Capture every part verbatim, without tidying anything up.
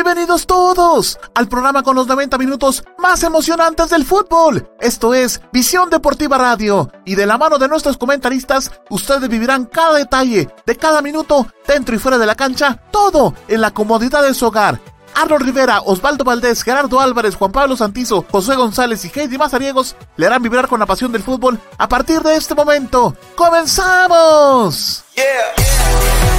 Bienvenidos todos al programa con los noventa minutos más emocionantes del fútbol. Esto es Visión Deportiva Radio, y de la mano de nuestros comentaristas, ustedes vivirán cada detalle de cada minuto, dentro y fuera de la cancha, todo en la comodidad de su hogar. Arnold Rivera, Osvaldo Valdés, Gerardo Álvarez, Juan Pablo Santizo, Josué González y Heidi Mazariegos le harán vibrar con la pasión del fútbol a partir de este momento. ¡Comenzamos! Yeah, yeah.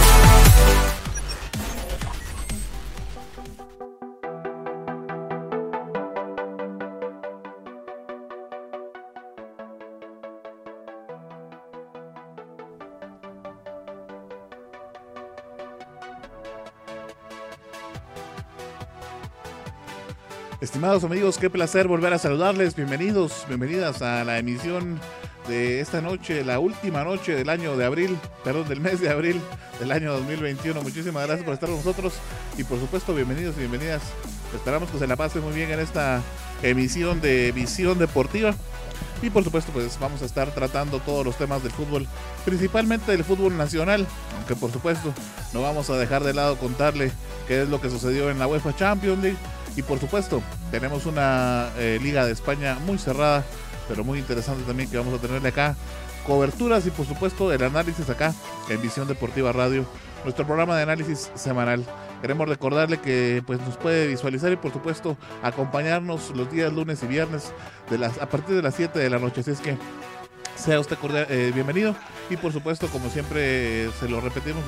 Estimados amigos, qué placer volver a saludarles. Bienvenidos, bienvenidas a la emisión de esta noche, la última noche del año de abril, perdón, del mes de abril del año dos mil veintiuno. Muchísimas gracias por estar con nosotros y por supuesto bienvenidos y bienvenidas. Esperamos que se la pasen muy bien en esta emisión de Visión Deportiva. Y por supuesto pues vamos a estar tratando todos los temas del fútbol, principalmente del fútbol nacional, aunque por supuesto no vamos a dejar de lado contarle qué es lo que sucedió en la UEFA Champions League. Y por supuesto tenemos una eh, Liga de España muy cerrada, pero muy interesante también, que vamos a tenerle acá coberturas y por supuesto el análisis acá en Visión Deportiva Radio, nuestro programa de análisis semanal. Queremos recordarle que pues nos puede visualizar y por supuesto acompañarnos los días lunes y viernes de las, a partir de las siete de la noche. Así es que sea usted cordial, eh, bienvenido y por supuesto, como siempre eh, se lo repetimos,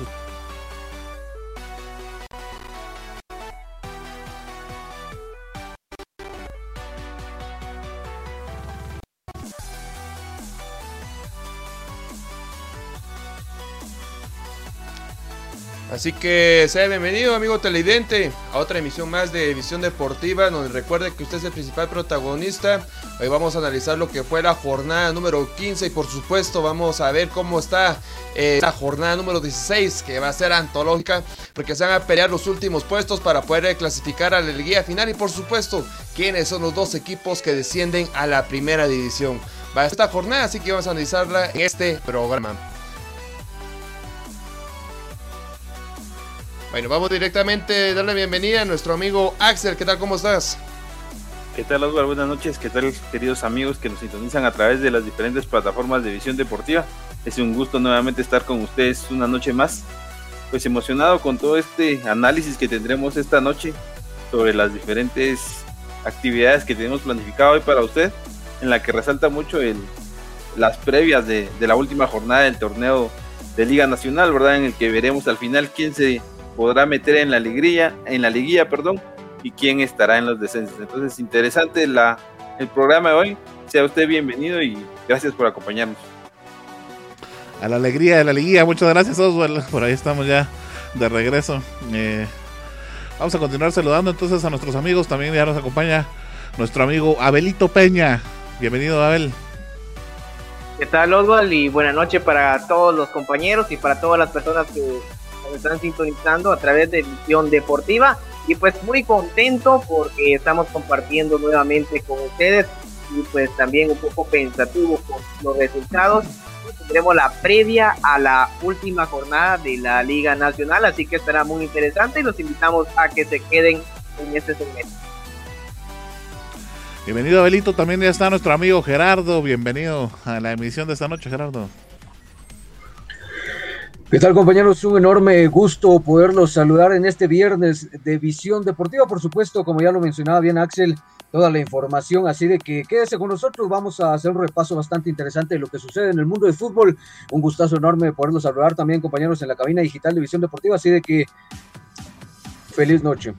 Así que sea bienvenido, amigo televidente, a otra emisión más de Visión Deportiva, donde recuerde que usted es el principal protagonista. Hoy vamos a analizar lo que fue la jornada número quince y por supuesto vamos a ver cómo está eh, la jornada número dieciséis, que va a ser antológica, porque se van a pelear los últimos puestos para poder clasificar a la liguilla final y por supuesto quiénes son los dos equipos que descienden a la primera división. Va a esta jornada, así que vamos a analizarla en este programa. Bueno, vamos directamente a darle bienvenida a nuestro amigo Axel. ¿Qué tal? ¿Cómo estás? ¿Qué tal, Osvaldo? Buenas noches. ¿Qué tal, queridos amigos que nos sintonizan a través de las diferentes plataformas de Visión Deportiva? Es un gusto nuevamente estar con ustedes una noche más. Pues emocionado con todo este análisis que tendremos esta noche sobre las diferentes actividades que tenemos planificado hoy para usted, en la que resalta mucho el, las previas de, de la última jornada del torneo de Liga Nacional, ¿verdad? En el que veremos al final quién se podrá meter en la liguilla, en la liguilla, perdón, y quién estará en los descensos. Entonces, interesante la, el programa de hoy. Sea usted bienvenido y gracias por acompañarnos. A la alegría de la liguilla, muchas gracias, Oswald. Por ahí estamos ya de regreso. Eh, vamos a continuar saludando entonces a nuestros amigos. También ya nos acompaña nuestro amigo Abelito Peña. Bienvenido, Abel. ¿Qué tal, Oswald? Y buenas noches para todos los compañeros y para todas las personas que están sintonizando a través de Visión Deportiva, y pues muy contento porque estamos compartiendo nuevamente con ustedes y pues también un poco pensativo con los resultados. Tendremos la previa a la última jornada de la Liga Nacional, así que estará muy interesante y los invitamos a que se queden en este segmento. Bienvenido, Abelito. También ya está nuestro amigo Gerardo. Bienvenido a la emisión de esta noche, Gerardo. ¿Qué tal, compañeros? Un enorme gusto poderlos saludar en este viernes de Visión Deportiva. Por supuesto, como ya lo mencionaba bien Axel, toda la información, así de que quédese con nosotros. Vamos a hacer un repaso bastante interesante de lo que sucede en el mundo del fútbol. Un gustazo enorme poderlos saludar también, compañeros, en la cabina digital de Visión Deportiva, así de que feliz noche.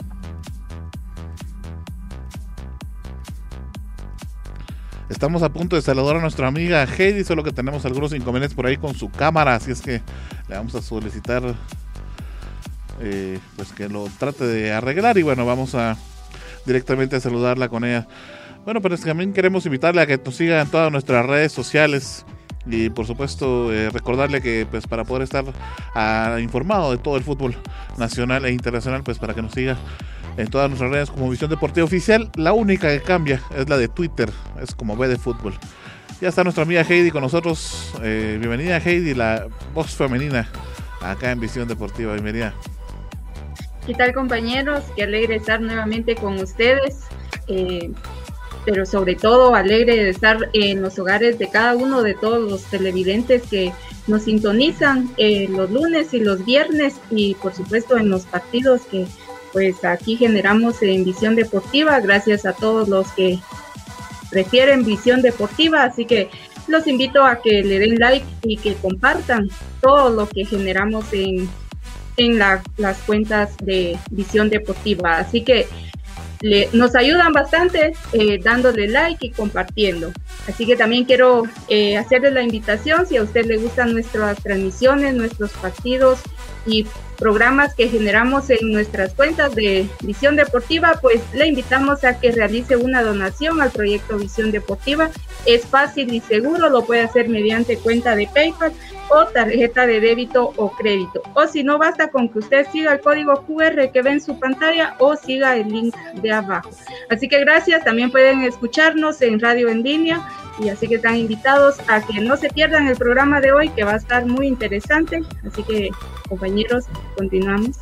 Estamos a punto de saludar a nuestra amiga Heidi, solo que tenemos algunos inconvenientes por ahí con su cámara, así es que le vamos a solicitar eh, pues que lo trate de arreglar y bueno, vamos a directamente a saludarla con ella. Bueno, pero también queremos invitarle a que nos siga en todas nuestras redes sociales y por supuesto eh, recordarle que pues para poder estar uh, informado de todo el fútbol nacional e internacional, pues para que nos siga en todas nuestras redes como Visión Deportiva Oficial. La única que cambia es la de Twitter, es como V de Fútbol. Ya está nuestra amiga Heidi con nosotros. Eh, bienvenida, Heidi, la voz femenina acá en Visión Deportiva. Bienvenida. ¿Qué tal, compañeros? Qué alegre estar nuevamente con ustedes, eh, pero sobre todo alegre de estar en los hogares de cada uno de todos los televidentes que nos sintonizan eh, los lunes y los viernes, y por supuesto en los partidos que pues aquí generamos en Visión Deportiva, gracias a todos los que prefieren Visión Deportiva. Así que los invito a que le den like y que compartan todo lo que generamos en en la, las cuentas de Visión Deportiva. Así que le, nos ayudan bastante eh, dándole like y compartiendo. Así que también quiero eh, hacerles la invitación, si a usted le gustan nuestras transmisiones, nuestros partidos y programas que generamos en nuestras cuentas de Visión Deportiva, pues le invitamos a que realice una donación al proyecto Visión Deportiva. Es fácil y seguro, lo puede hacer mediante cuenta de PayPal o tarjeta de débito o crédito. O si no, basta con que usted siga el código Q R que ve en su pantalla o siga el link de abajo. Así que gracias, también pueden escucharnos en radio en línea, y así que están invitados a que no se pierdan el programa de hoy, que va a estar muy interesante. Así que, compañeros, continuamos.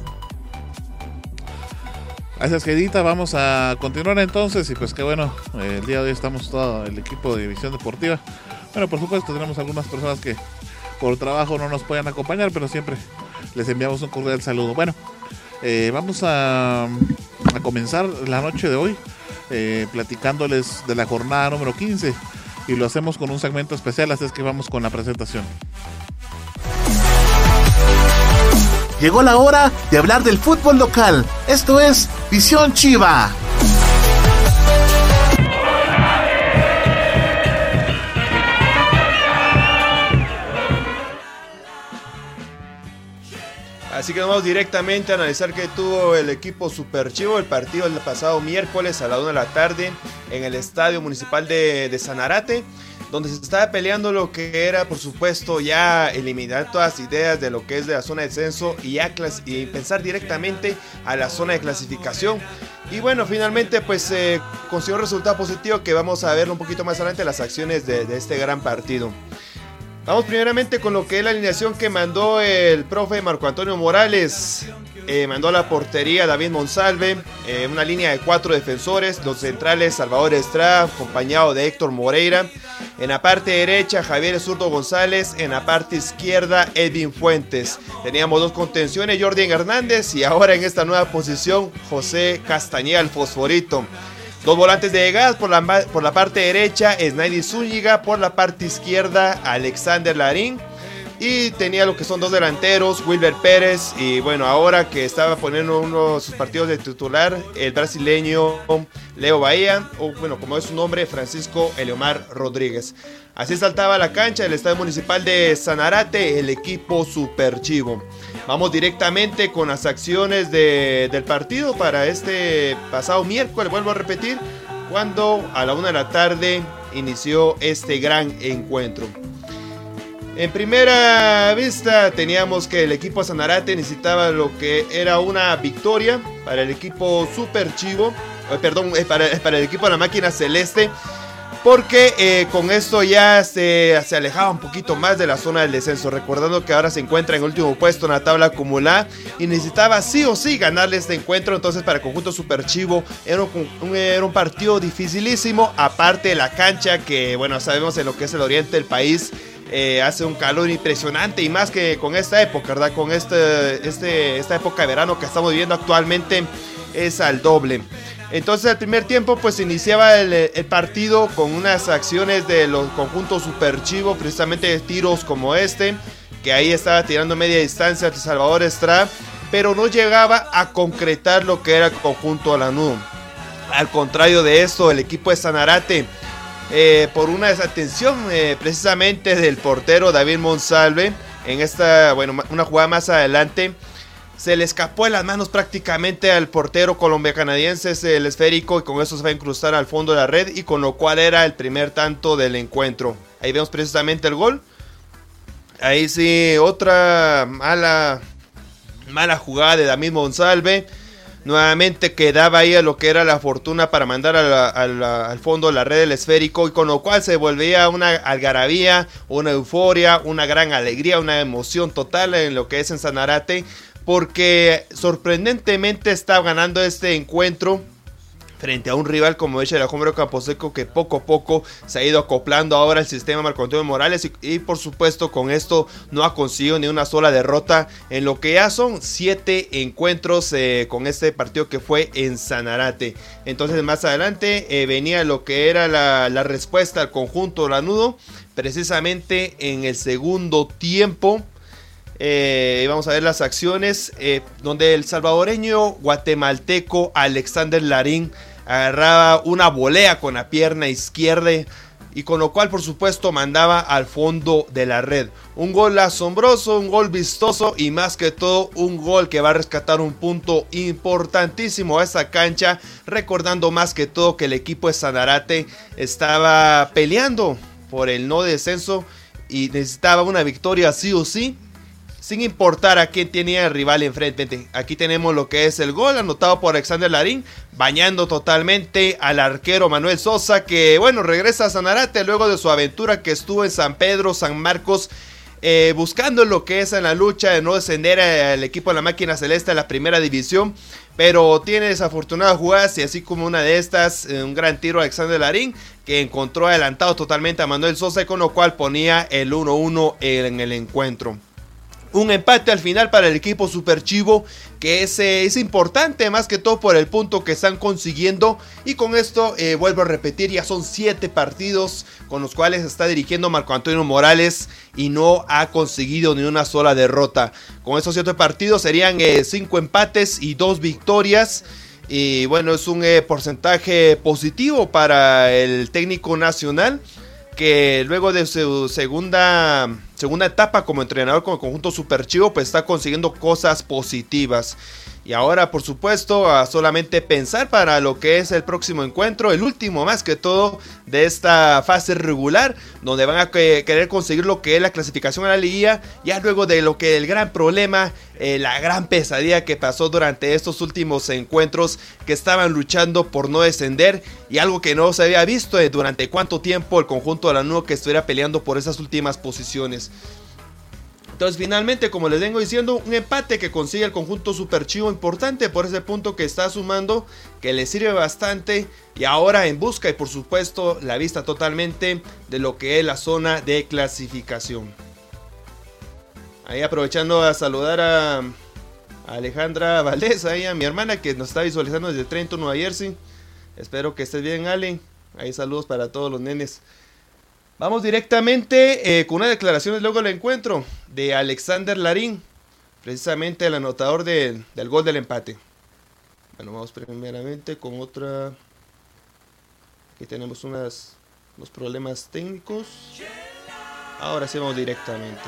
Gracias, queridita. Vamos a continuar entonces, y pues qué bueno, eh, el día de hoy estamos todo el equipo de Visión Deportiva. Bueno, por supuesto tenemos algunas personas que por trabajo no nos pueden acompañar, pero siempre les enviamos un cordial saludo. Bueno, eh, vamos a, a comenzar la noche de hoy eh, platicándoles de la jornada número quince, y lo hacemos con un segmento especial, así es que vamos con la presentación. Llegó la hora de hablar del fútbol local. Esto es Visión Chiva. Así que nos vamos directamente a analizar qué tuvo el equipo Super Chivo, el partido del pasado miércoles a la una de la tarde en el Estadio Municipal de, de Sanarate, donde se estaba peleando lo que era, por supuesto, ya eliminar todas las ideas de lo que es de la zona de descenso y, ya clas- y pensar directamente a la zona de clasificación. Y bueno, finalmente pues eh, consiguió un resultado positivo que vamos a ver un poquito más adelante las acciones de, de este gran partido. Vamos primeramente con lo que es la alineación que mandó el profe Marco Antonio Morales. Eh, mandó a la portería David Monsalve, eh, una línea de cuatro defensores, los centrales Salvador Estrada, acompañado de Héctor Moreira. En la parte derecha Javier Zurdo González, en la parte izquierda Edwin Fuentes. Teníamos dos contenciones, Jordi Hernández, y ahora en esta nueva posición José Castañeda, el Fosforito. Dos volantes de llegada, por la, por la parte derecha Snaidy Zúñiga, por la parte izquierda Alexander Larín. Y tenía lo que son dos delanteros, Wilber Pérez, y bueno, ahora que estaba poniendo uno de sus partidos de titular, el brasileño Leo Bahía, o bueno, como es su nombre, Francisco Eleomar Rodríguez. Así saltaba la cancha del Estadio Municipal de Sanarate, el equipo Super Chivo. Vamos directamente con las acciones de, del partido para este pasado miércoles, vuelvo a repetir, cuando a la una de la tarde inició este gran encuentro. En primera vista teníamos que el equipo Sanarate necesitaba lo que era una victoria para el equipo Super Chivo, eh, perdón, eh, para, para el equipo de la máquina celeste, porque eh, con esto ya se, se alejaba un poquito más de la zona del descenso, recordando que ahora se encuentra en último puesto en la tabla acumulada y necesitaba sí o sí ganarle este encuentro. Entonces para el conjunto Super Chivo era un, un, era un partido dificilísimo, aparte de la cancha que bueno, sabemos en lo que es el oriente del país eh, hace un calor impresionante, y más que con esta época, ¿verdad? Con este, este, esta época de verano que estamos viviendo actualmente es al doble. Entonces al primer tiempo pues iniciaba el, el partido con unas acciones de los conjuntos Super Chivo, precisamente de tiros como este, que ahí estaba tirando media distancia de Salvador Estrada, pero no llegaba a concretar lo que era el conjunto Alanú. Al contrario de esto, el equipo de Sanarate, eh, por una desatención eh, precisamente del portero David Monsalve, en esta, bueno, una jugada más adelante, se le escapó de las manos prácticamente al portero colombiano-canadiense el esférico, y con eso se va a incrustar al fondo de la red, y con lo cual era el primer tanto del encuentro. Ahí vemos precisamente el gol. Ahí sí, otra mala, mala jugada de David Monsalve. Nuevamente quedaba ahí a lo que era la fortuna para mandar a la, a la, al fondo de la red del esférico, y con lo cual se volvía una algarabía, una euforia, una gran alegría, una emoción total en lo que es en Sanarate, porque sorprendentemente está ganando este encuentro frente a un rival como es el Alejandro Camposeco, que poco a poco se ha ido acoplando ahora al sistema Marco Antonio Morales y, y por supuesto con esto no ha conseguido ni una sola derrota en lo que ya son siete encuentros eh, con este partido que fue en Sanarate. Entonces más adelante eh, venía lo que era la, la respuesta al conjunto lanudo, precisamente en el segundo tiempo. Eh, vamos a ver las acciones eh, donde el salvadoreño guatemalteco Alexander Larín agarraba una volea con la pierna izquierda y con lo cual por supuesto mandaba al fondo de la red. Un gol asombroso, un gol vistoso y más que todo un gol que va a rescatar un punto importantísimo a esa cancha, recordando más que todo que el equipo de Sanarate estaba peleando por el no descenso y necesitaba una victoria sí o sí, sin importar a quién tenía el rival enfrente. Aquí tenemos lo que es el gol anotado por Alexander Larín, bañando totalmente al arquero Manuel Sosa, que bueno, regresa a Sanarate luego de su aventura que estuvo en San Pedro, San Marcos, eh, buscando lo que es en la lucha de no descender al equipo de la Máquina Celeste a la primera división, pero tiene desafortunadas jugadas y así como una de estas, eh, un gran tiro a Alexander Larín, que encontró adelantado totalmente a Manuel Sosa, con lo cual ponía el uno uno en el encuentro. Un empate al final para el equipo Super Chivo, que es, eh, es importante más que todo por el punto que están consiguiendo. Y con esto eh, vuelvo a repetir, ya son siete partidos con los cuales está dirigiendo Marco Antonio Morales y no ha conseguido ni una sola derrota. Con esos siete partidos serían eh, cinco empates y dos victorias. Y bueno, es un eh, porcentaje positivo para el técnico nacional, que luego de su segunda, segunda etapa como entrenador con el conjunto Super Chivo, pues está consiguiendo cosas positivas. Y ahora, por supuesto, a solamente pensar para lo que es el próximo encuentro, el último más que todo de esta fase regular, donde van a que, querer conseguir lo que es la clasificación a la liguilla, ya luego de lo que el gran problema, eh, la gran pesadilla que pasó durante estos últimos encuentros, que estaban luchando por no descender, y algo que no se había visto eh, durante cuánto tiempo el conjunto de la Lanudo que estuviera peleando por esas últimas posiciones. Entonces finalmente, como les vengo diciendo, un empate que consigue el conjunto Super Chivo, importante por ese punto que está sumando, que le sirve bastante, y ahora en busca y por supuesto la vista totalmente de lo que es la zona de clasificación. Ahí aprovechando a saludar a, a Alejandra Valdés, ahí a mi hermana que nos está visualizando desde Trenton, Nueva Jersey. Espero que estés bien, Ale. Ahí saludos para todos los nenes. Vamos directamente eh, con unas declaraciones luego del encuentro de Alexander Larín, precisamente el anotador de, del gol del empate. Bueno, vamos primeramente con otra. Aquí tenemos unas, unos problemas técnicos. Ahora sí vamos directamente.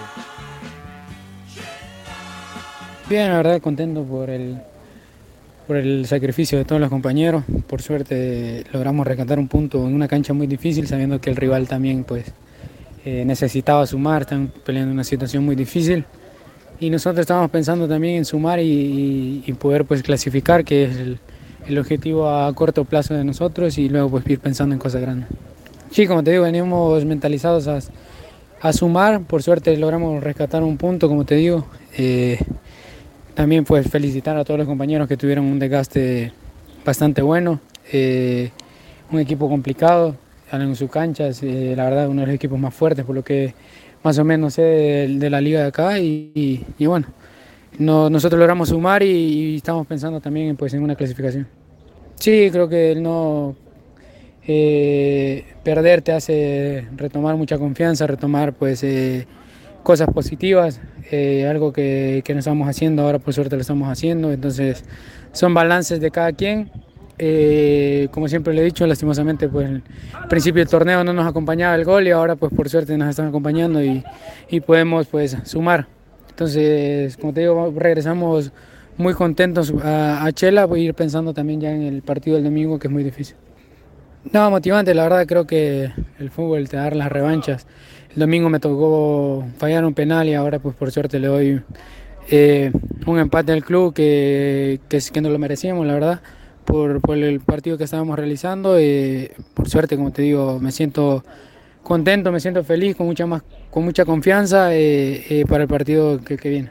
Bien, la verdad contento por el, por el sacrificio de todos los compañeros. Por suerte logramos rescatar un punto en una cancha muy difícil, sabiendo que el rival también pues, eh, necesitaba sumar, están peleando una situación muy difícil. Y nosotros estábamos pensando también en sumar y, y, y poder pues, clasificar, que es el, el objetivo a corto plazo de nosotros, y luego pues, ir pensando en cosas grandes. Sí, como te digo, venimos mentalizados a, a sumar. Por suerte logramos rescatar un punto, como te digo. Eh, También pues felicitar a todos los compañeros que tuvieron un desgaste bastante bueno, eh, un equipo complicado en sus canchas, eh, la verdad uno de los equipos más fuertes por lo que más o menos sé de, de la liga de acá, y, y, y bueno, no, nosotros logramos sumar y, y estamos pensando también pues, en una clasificación. Sí, creo que el no eh, perder te hace retomar mucha confianza, retomar pues eh, cosas positivas, eh, algo que, que no estamos haciendo, ahora por suerte lo estamos haciendo, entonces son balances de cada quien. Eh, como siempre le he dicho, lastimosamente pues al principio del torneo no nos acompañaba el gol y ahora pues por suerte nos están acompañando y, y podemos pues sumar. Entonces, como te digo, regresamos muy contentos a, a Chela, voy a ir pensando también ya en el partido del domingo, que es muy difícil. No, motivante, la verdad creo que el fútbol te da las revanchas. El domingo me tocó fallar un penal y ahora pues por suerte le doy eh, un empate al club que, que, que no lo merecíamos, la verdad, por, por el partido que estábamos realizando. Eh, por suerte, como te digo, me siento contento, me siento feliz, con mucha, más, con mucha confianza eh, eh, para el partido que, que viene.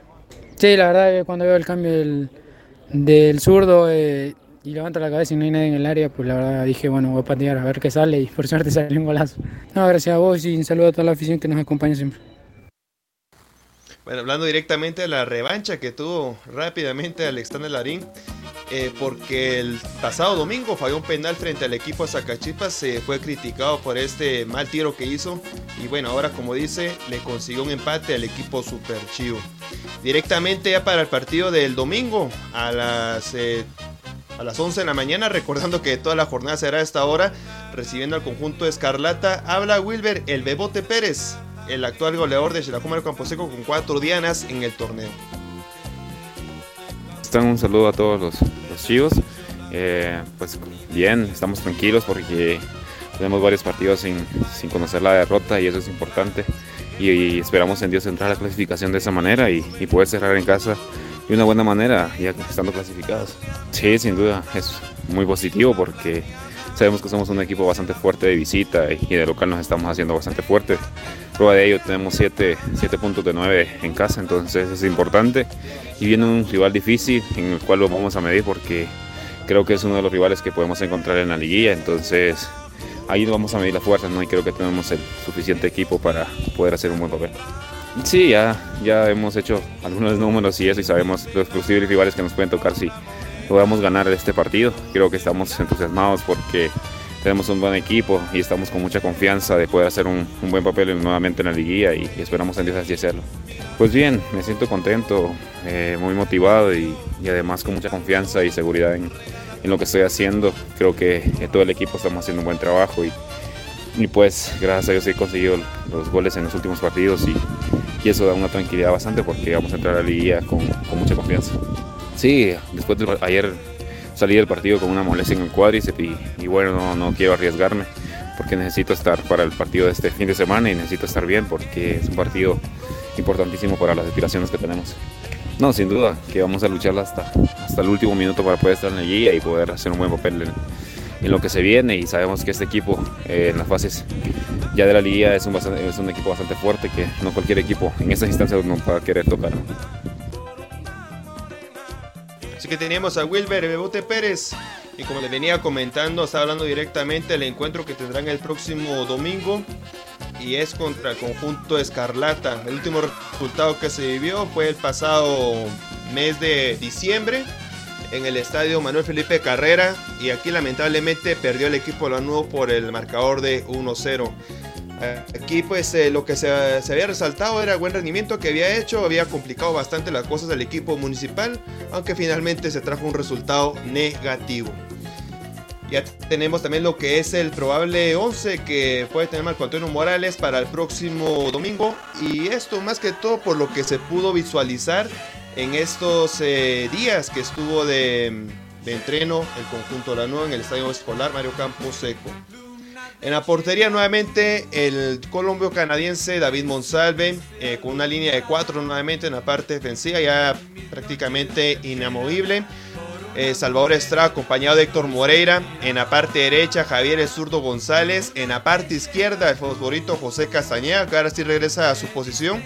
Sí, la verdad que cuando veo el cambio del, del zurdo eh, y levanta la cabeza y no hay nadie en el área, pues la verdad dije, bueno, voy a patear a ver qué sale y por suerte salió un golazo. No, gracias a vos y un saludo a toda la afición que nos acompaña siempre. Bueno, hablando directamente de la revancha que tuvo rápidamente Alexander Larín, eh, porque el pasado domingo falló un penal frente al equipo Zacachipas, se eh, fue criticado por este mal tiro que hizo y bueno, ahora como dice, le consiguió un empate al equipo Super Chivo. Directamente ya para el partido del domingo a las, eh, a las once de la mañana, recordando que toda la jornada será a esta hora, recibiendo al conjunto Escarlata, habla Wilber El Bebote Pérez, el actual goleador de Xelajú Mario Camposeco con cuatro dianas en el torneo. Un saludo a todos los, los chivos. Eh, pues bien, estamos tranquilos porque tenemos varios partidos sin, sin conocer la derrota y eso es importante. Y, y esperamos en Dios entrar a la clasificación de esa manera y, y poder cerrar en casa de una buena manera, ya estando clasificados. Sí, sin duda, es muy positivo porque sabemos que somos un equipo bastante fuerte de visita y de local nos estamos haciendo bastante fuerte. Prueba de ello, tenemos siete puntos de nueve en casa, entonces es importante. Y viene un rival difícil en el cual lo vamos a medir porque creo que es uno de los rivales que podemos encontrar en la liguilla, entonces ahí vamos a medir las fuerzas, ¿no? Y creo que tenemos el suficiente equipo para poder hacer un buen papel. Sí, ya, ya hemos hecho algunos números y eso y sabemos los posibles rivales que nos pueden tocar si podamos ganar este partido. Creo que estamos entusiasmados porque tenemos un buen equipo y estamos con mucha confianza de poder hacer un, un buen papel nuevamente en la liguilla y, y esperamos en Dios así hacerlo. Pues bien, me siento contento, eh, muy motivado y, y además con mucha confianza y seguridad en, en lo que estoy haciendo. Creo que eh, todo el equipo estamos haciendo un buen trabajo y, y pues gracias a Dios he conseguido los goles en los últimos partidos y, y eso da una tranquilidad bastante porque vamos a entrar a la liguilla con, con mucha confianza. Sí, después de ayer salí del partido con una molestia en el cuádriceps y, y bueno, no, no quiero arriesgarme porque necesito estar para el partido de este fin de semana y necesito estar bien porque es un partido importantísimo para las aspiraciones que tenemos. No, sin duda que vamos a luchar hasta, hasta el último minuto para poder estar en la liguilla y poder hacer un buen papel en, en lo que se viene y sabemos que este equipo eh, en las fases ya de la liguilla es un, bastante, es un equipo bastante fuerte que no cualquier equipo en esas instancias nos va a querer tocar. Así que teníamos a Wilber Bebote Pérez y como les venía comentando, está hablando directamente del encuentro que tendrán el próximo domingo y es contra el conjunto Escarlata. El último resultado que se vivió fue el pasado mes de diciembre en el estadio Manuel Felipe Carrera y aquí lamentablemente perdió el equipo lanudo por el marcador de uno cero. Aquí pues eh, lo que se, se había resaltado era el buen rendimiento que había hecho, había complicado bastante las cosas del equipo municipal, aunque finalmente se trajo un resultado negativo. Ya tenemos también lo que es el probable once que puede tener Marco Antonio Morales para el próximo domingo y esto más que todo por lo que se pudo visualizar en estos eh, días que estuvo de, de entreno el conjunto lanudo en el estadio escolar Mario Camposeco. En la portería nuevamente el colombio canadiense David Monsalve eh, con una línea de cuatro nuevamente en la parte defensiva ya prácticamente inamovible. Eh, Salvador Estrada acompañado de Héctor Moreira, en la parte derecha Javier El Zurdo González, en la parte izquierda el favorito José Castañeda, que ahora sí regresa a su posición.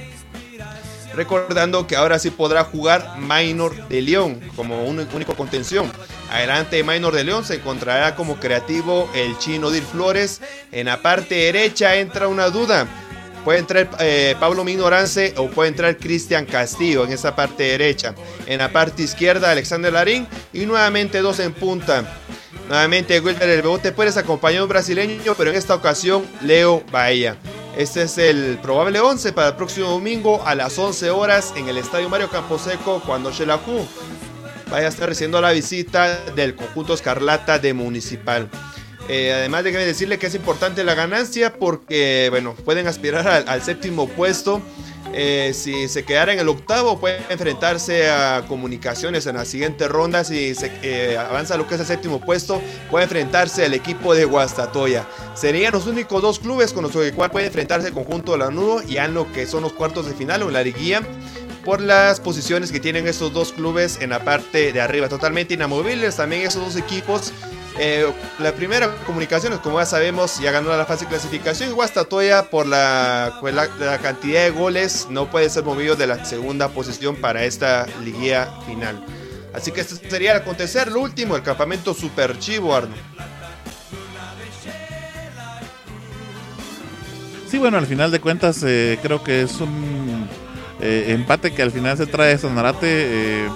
Recordando que ahora sí podrá jugar Maynor de León como un único contención. Adelante Maynor de León se encontrará como creativo el chino Dir Flores. En la parte derecha entra una duda. Puede entrar eh, Pablo Minorance o puede entrar Cristian Castillo en esa parte derecha. En la parte izquierda Alexander Larín y nuevamente dos en punta. Nuevamente Wilber El Bebote Pérez acompañado de un brasileño, pero en esta ocasión Leo Bahía. Este es el probable once para el próximo domingo a las once horas en el estadio Mario Camposeco cuando Xelajú vaya a estar recibiendo la visita del conjunto Escarlata de Municipal. Eh, además déjenme decirle que es importante la ganancia porque bueno, pueden aspirar al, al séptimo puesto. Eh, si se quedara en el octavo puede enfrentarse a Comunicaciones en la siguiente ronda. Si se eh, avanza lo que es el séptimo puesto puede enfrentarse al equipo de Guastatoya. Serían los únicos dos clubes con los que puede enfrentarse el conjunto lanudo ya en lo que son los cuartos de final o en la liguilla, por las posiciones que tienen estos dos clubes en la parte de arriba, totalmente inamovibles también esos dos equipos Eh, la primera comunicación, como ya sabemos, ya ganó la fase de clasificación. Y Guastatoya, por la, por la, la cantidad de goles, no puede ser movido de la segunda posición para esta liguilla final. Así que este sería el acontecer, lo último, el campamento Super Chivo, Arno. Sí, bueno, al final de cuentas eh, creo que es un eh, empate que al final se trae Sanarate, eh,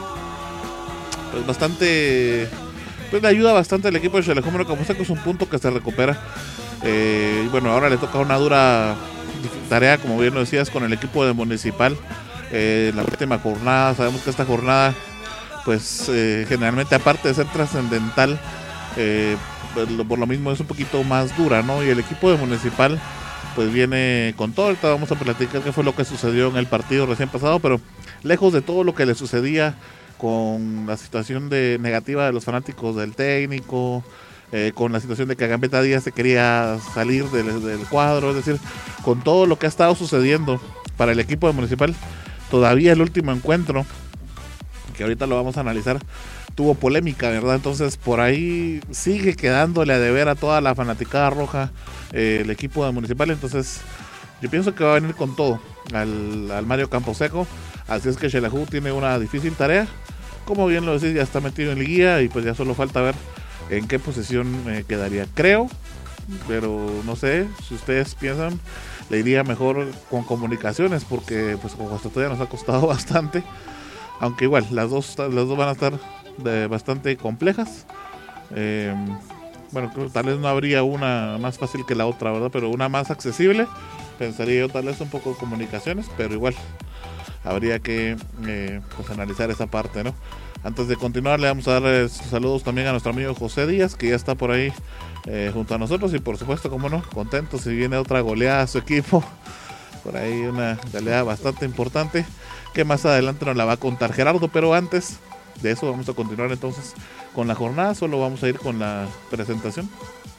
pues bastante, pues le ayuda bastante al equipo de Xelajú Caposeco, que es un punto que se recupera. Eh, y bueno, ahora le toca una dura tarea, como bien lo decías, con el equipo de Municipal. Eh, la última jornada, sabemos que esta jornada, pues eh, generalmente aparte de ser trascendental, eh, pues, lo, por lo mismo es un poquito más dura, ¿no? Y el equipo de Municipal pues viene con todo. Ahorita vamos a platicar qué fue lo que sucedió en el partido recién pasado, pero lejos de todo lo que le sucedía con la situación de negativa de los fanáticos del técnico, eh, con la situación de que Gambetta Díaz se quería salir del, del cuadro, es decir, con todo lo que ha estado sucediendo para el equipo de Municipal, todavía el último encuentro, que ahorita lo vamos a analizar, tuvo polémica, ¿verdad? Entonces por ahí sigue quedándole a deber a toda la fanaticada roja eh, el equipo de Municipal. Entonces yo pienso que va a venir con todo al, al Mario Camposeco. Así es que Xelajú tiene una difícil tarea. Como bien lo decís, ya está metido en liguilla y pues ya solo falta ver en qué posición eh, quedaría. Creo, pero no sé, si ustedes piensan, le iría mejor con Comunicaciones, porque pues con Guastatoya nos ha costado bastante. Aunque igual, las dos, las dos van a estar de bastante complejas. Eh, bueno, creo que tal vez no habría una más fácil que la otra, ¿verdad? Pero una más accesible, pensaría yo tal vez un poco de Comunicaciones, pero igual habría que eh, pues analizar esa parte, ¿no? Antes de continuar, le vamos a dar eh, saludos también a nuestro amigo José Díaz, que ya está por ahí eh, junto a nosotros, y por supuesto, como no, contento si viene otra goleada a su equipo. Por ahí una goleada bastante importante que más adelante nos la va a contar Gerardo, pero antes de eso vamos a continuar entonces con la jornada. Solo vamos a ir con la presentación.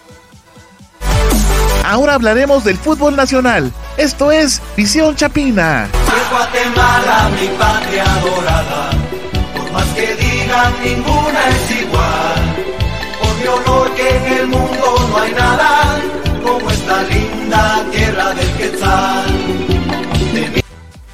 Ahora hablaremos del fútbol nacional. Esto es Visión Chapina. Guatemala, mi patria dorada, por más que digan, ninguna es igual. Por mi honor que en el mundo no hay nada como esta linda tierra del Quetzal. De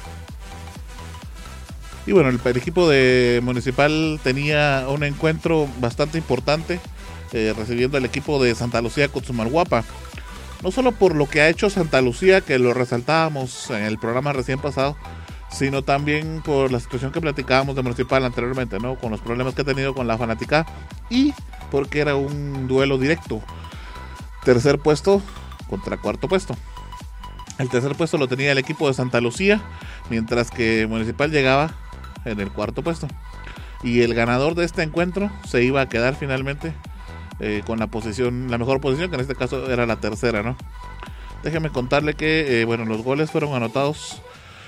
Y bueno, el, el equipo de Municipal tenía un encuentro bastante importante, eh, recibiendo al equipo de Santa Lucía Cotzumalguapa. No solo por lo que ha hecho Santa Lucía, que lo resaltábamos en el programa recién pasado, sino también por la situación que platicábamos de Municipal anteriormente, ¿no? Con los problemas que ha tenido con la fanática, y porque era un duelo directo. Tercer puesto contra cuarto puesto. El tercer puesto lo tenía el equipo de Santa Lucía, mientras que Municipal llegaba en el cuarto puesto. Y el ganador de este encuentro se iba a quedar finalmente eh, con la posición, la mejor posición, que en este caso era la tercera, ¿no? Déjeme contarle que, eh, bueno, los goles fueron anotados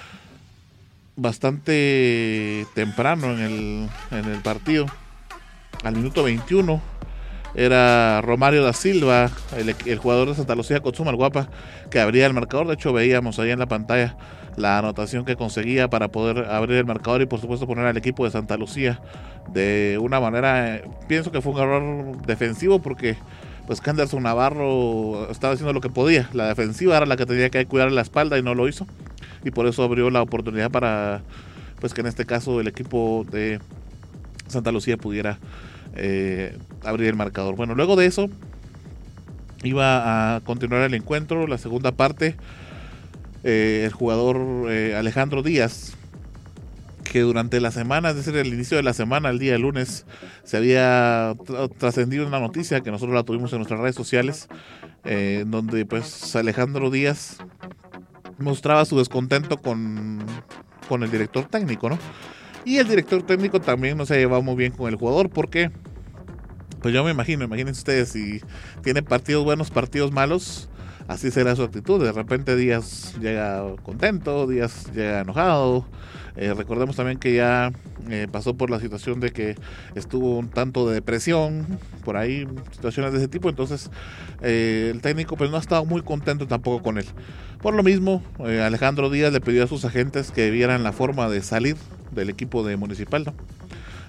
bastante temprano en el, en el partido. Al minuto veintiuno era Romario da Silva, el, el jugador de Santa Lucía Cotzumalguapa, que abría el marcador. De hecho, veíamos ahí en la pantalla la anotación que conseguía para poder abrir el marcador y por supuesto poner al equipo de Santa Lucía de una manera, eh, pienso que fue un error defensivo, porque pues Canderson Navarro estaba haciendo lo que podía. La defensiva era la que tenía que cuidar la espalda y no lo hizo, y por eso abrió la oportunidad para pues que en este caso el equipo de Santa Lucía pudiera eh, abrir el marcador. Bueno, luego de eso iba a continuar el encuentro, la segunda parte. Eh, el jugador eh, Alejandro Díaz, que durante la semana, es decir, el inicio de la semana, el día de lunes, se había tra- trascendido una noticia que nosotros la tuvimos en nuestras redes sociales, eh, donde pues Alejandro Díaz mostraba su descontento con, con el director técnico, ¿no? Y el director técnico también no se ha llevado muy bien con el jugador, porque pues yo me imagino, imagínense ustedes, si tiene partidos buenos, partidos malos, así será su actitud. De repente Díaz llega contento, Díaz llega enojado. Eh, recordemos también que ya eh, pasó por la situación de que estuvo un tanto de depresión, por ahí, situaciones de ese tipo. Entonces eh, el técnico pues no ha estado muy contento tampoco con él. Por lo mismo, eh, Alejandro Díaz le pidió a sus agentes que vieran la forma de salir del equipo de Municipal, ¿no?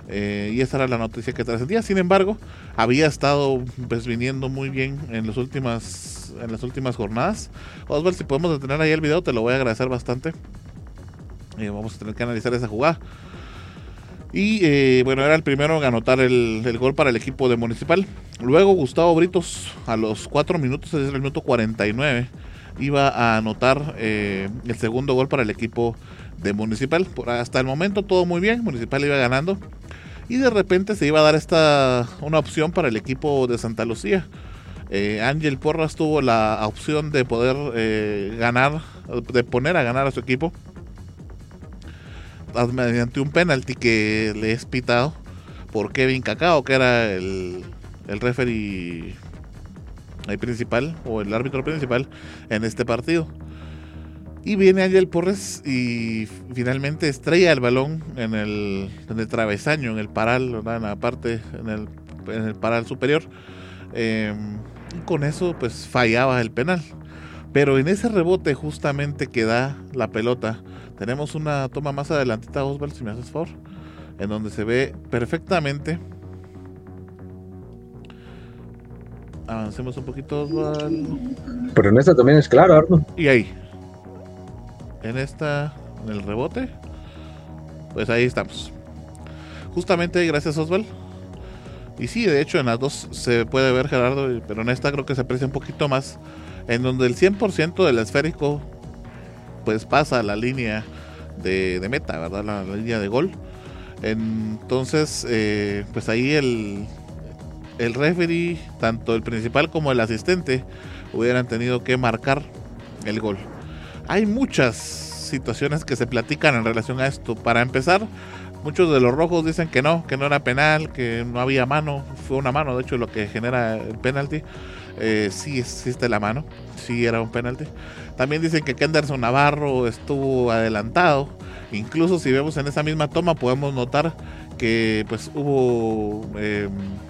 Eh, y esa era la noticia que trascendía. Sin embargo, había estado pues viniendo muy bien en las últimas en las últimas jornadas. Osvaldo, si podemos detener ahí el video, te lo voy a agradecer bastante. Eh, vamos a tener que analizar esa jugada. Y eh, bueno, era el primero en anotar el, el gol para el equipo de Municipal. Luego Gustavo Britos a los cuatro minutos, es decir, el minuto cuarenta y nueve, iba a anotar eh, el segundo gol para el equipo de Municipal. Por hasta el momento todo muy bien, Municipal iba ganando. Y de repente se iba a dar esta una opción para el equipo de Santa Lucía. Eh, Ángel Porras tuvo la opción de poder eh, ganar, de poner a ganar a su equipo mediante un penalti que le es pitado por Kevin Cacao, que era el, el referee el principal o el árbitro principal en este partido. Y viene Ángel Porras y finalmente estrella el balón en el, en el travesaño, en el paral, ¿verdad? En la parte, en el, en el paral superior. Eh, con eso pues fallaba el penal. Pero en ese rebote justamente que da la pelota, tenemos una toma más adelantita, Osvaldo, si me haces favor, en donde se ve perfectamente. Avancemos un poquito, Osvaldo. Pero en esta también es claro, Arno. Y ahí. En esta, en el rebote, pues ahí estamos. Justamente, gracias, Osvaldo. Y sí, de hecho en las dos se puede ver, Gerardo, pero en esta creo que se aprecia un poquito más, en donde el cien por ciento del esférico pues pasa a la línea de, de meta, ¿verdad? La, la línea de gol. Entonces, eh, pues ahí el, el referee, tanto el principal como el asistente, hubieran tenido que marcar el gol. Hay muchas situaciones que se platican en relación a esto. Para empezar, muchos de los rojos dicen que no, que no era penal, que no había mano. Fue una mano, de hecho, lo que genera el penalti. Eh, sí existe la mano, sí era un penalti. También dicen que Kenderson Navarro estuvo adelantado. Incluso si vemos en esa misma toma, podemos notar que pues hubo eh,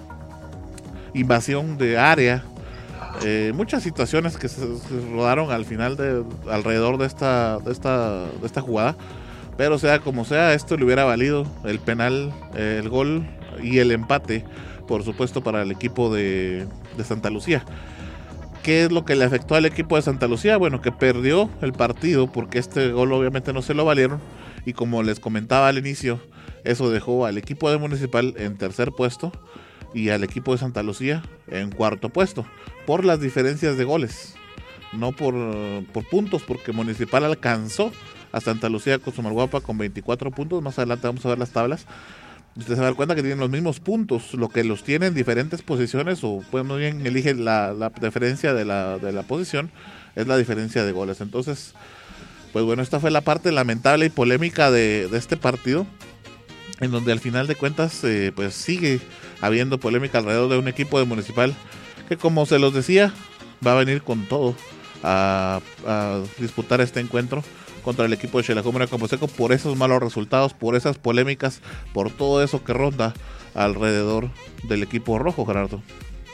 invasión de área. Eh, muchas situaciones que se, se rodaron al final de alrededor de esta de esta de esta jugada, pero sea como sea, esto le hubiera valido el penal, eh, el gol y el empate, por supuesto, para el equipo de, de Santa Lucía. ¿Qué es lo que le afectó al equipo de Santa Lucía? Bueno, que perdió el partido porque este gol obviamente no se lo valieron, y como les comentaba al inicio, eso dejó al equipo de Municipal en tercer puesto y al equipo de Santa Lucía en cuarto puesto, por las diferencias de goles, no por, por puntos, porque Municipal alcanzó a Santa Lucía Cochumalguapa con veinticuatro puntos. Más adelante vamos a ver las tablas. Usted se va a dar cuenta que tienen los mismos puntos, lo que los tiene en diferentes posiciones, o pues muy bien elige la, la diferencia de la, de la posición, es la diferencia de goles. Entonces, pues bueno, esta fue la parte lamentable y polémica de, de este partido, en donde al final de cuentas eh, pues sigue habiendo polémica alrededor de un equipo de Municipal que, como se los decía, va a venir con todo a, a disputar este encuentro contra el equipo de Xelajú Camposeco por esos malos resultados, por esas polémicas, por todo eso que ronda alrededor del equipo rojo, Gerardo.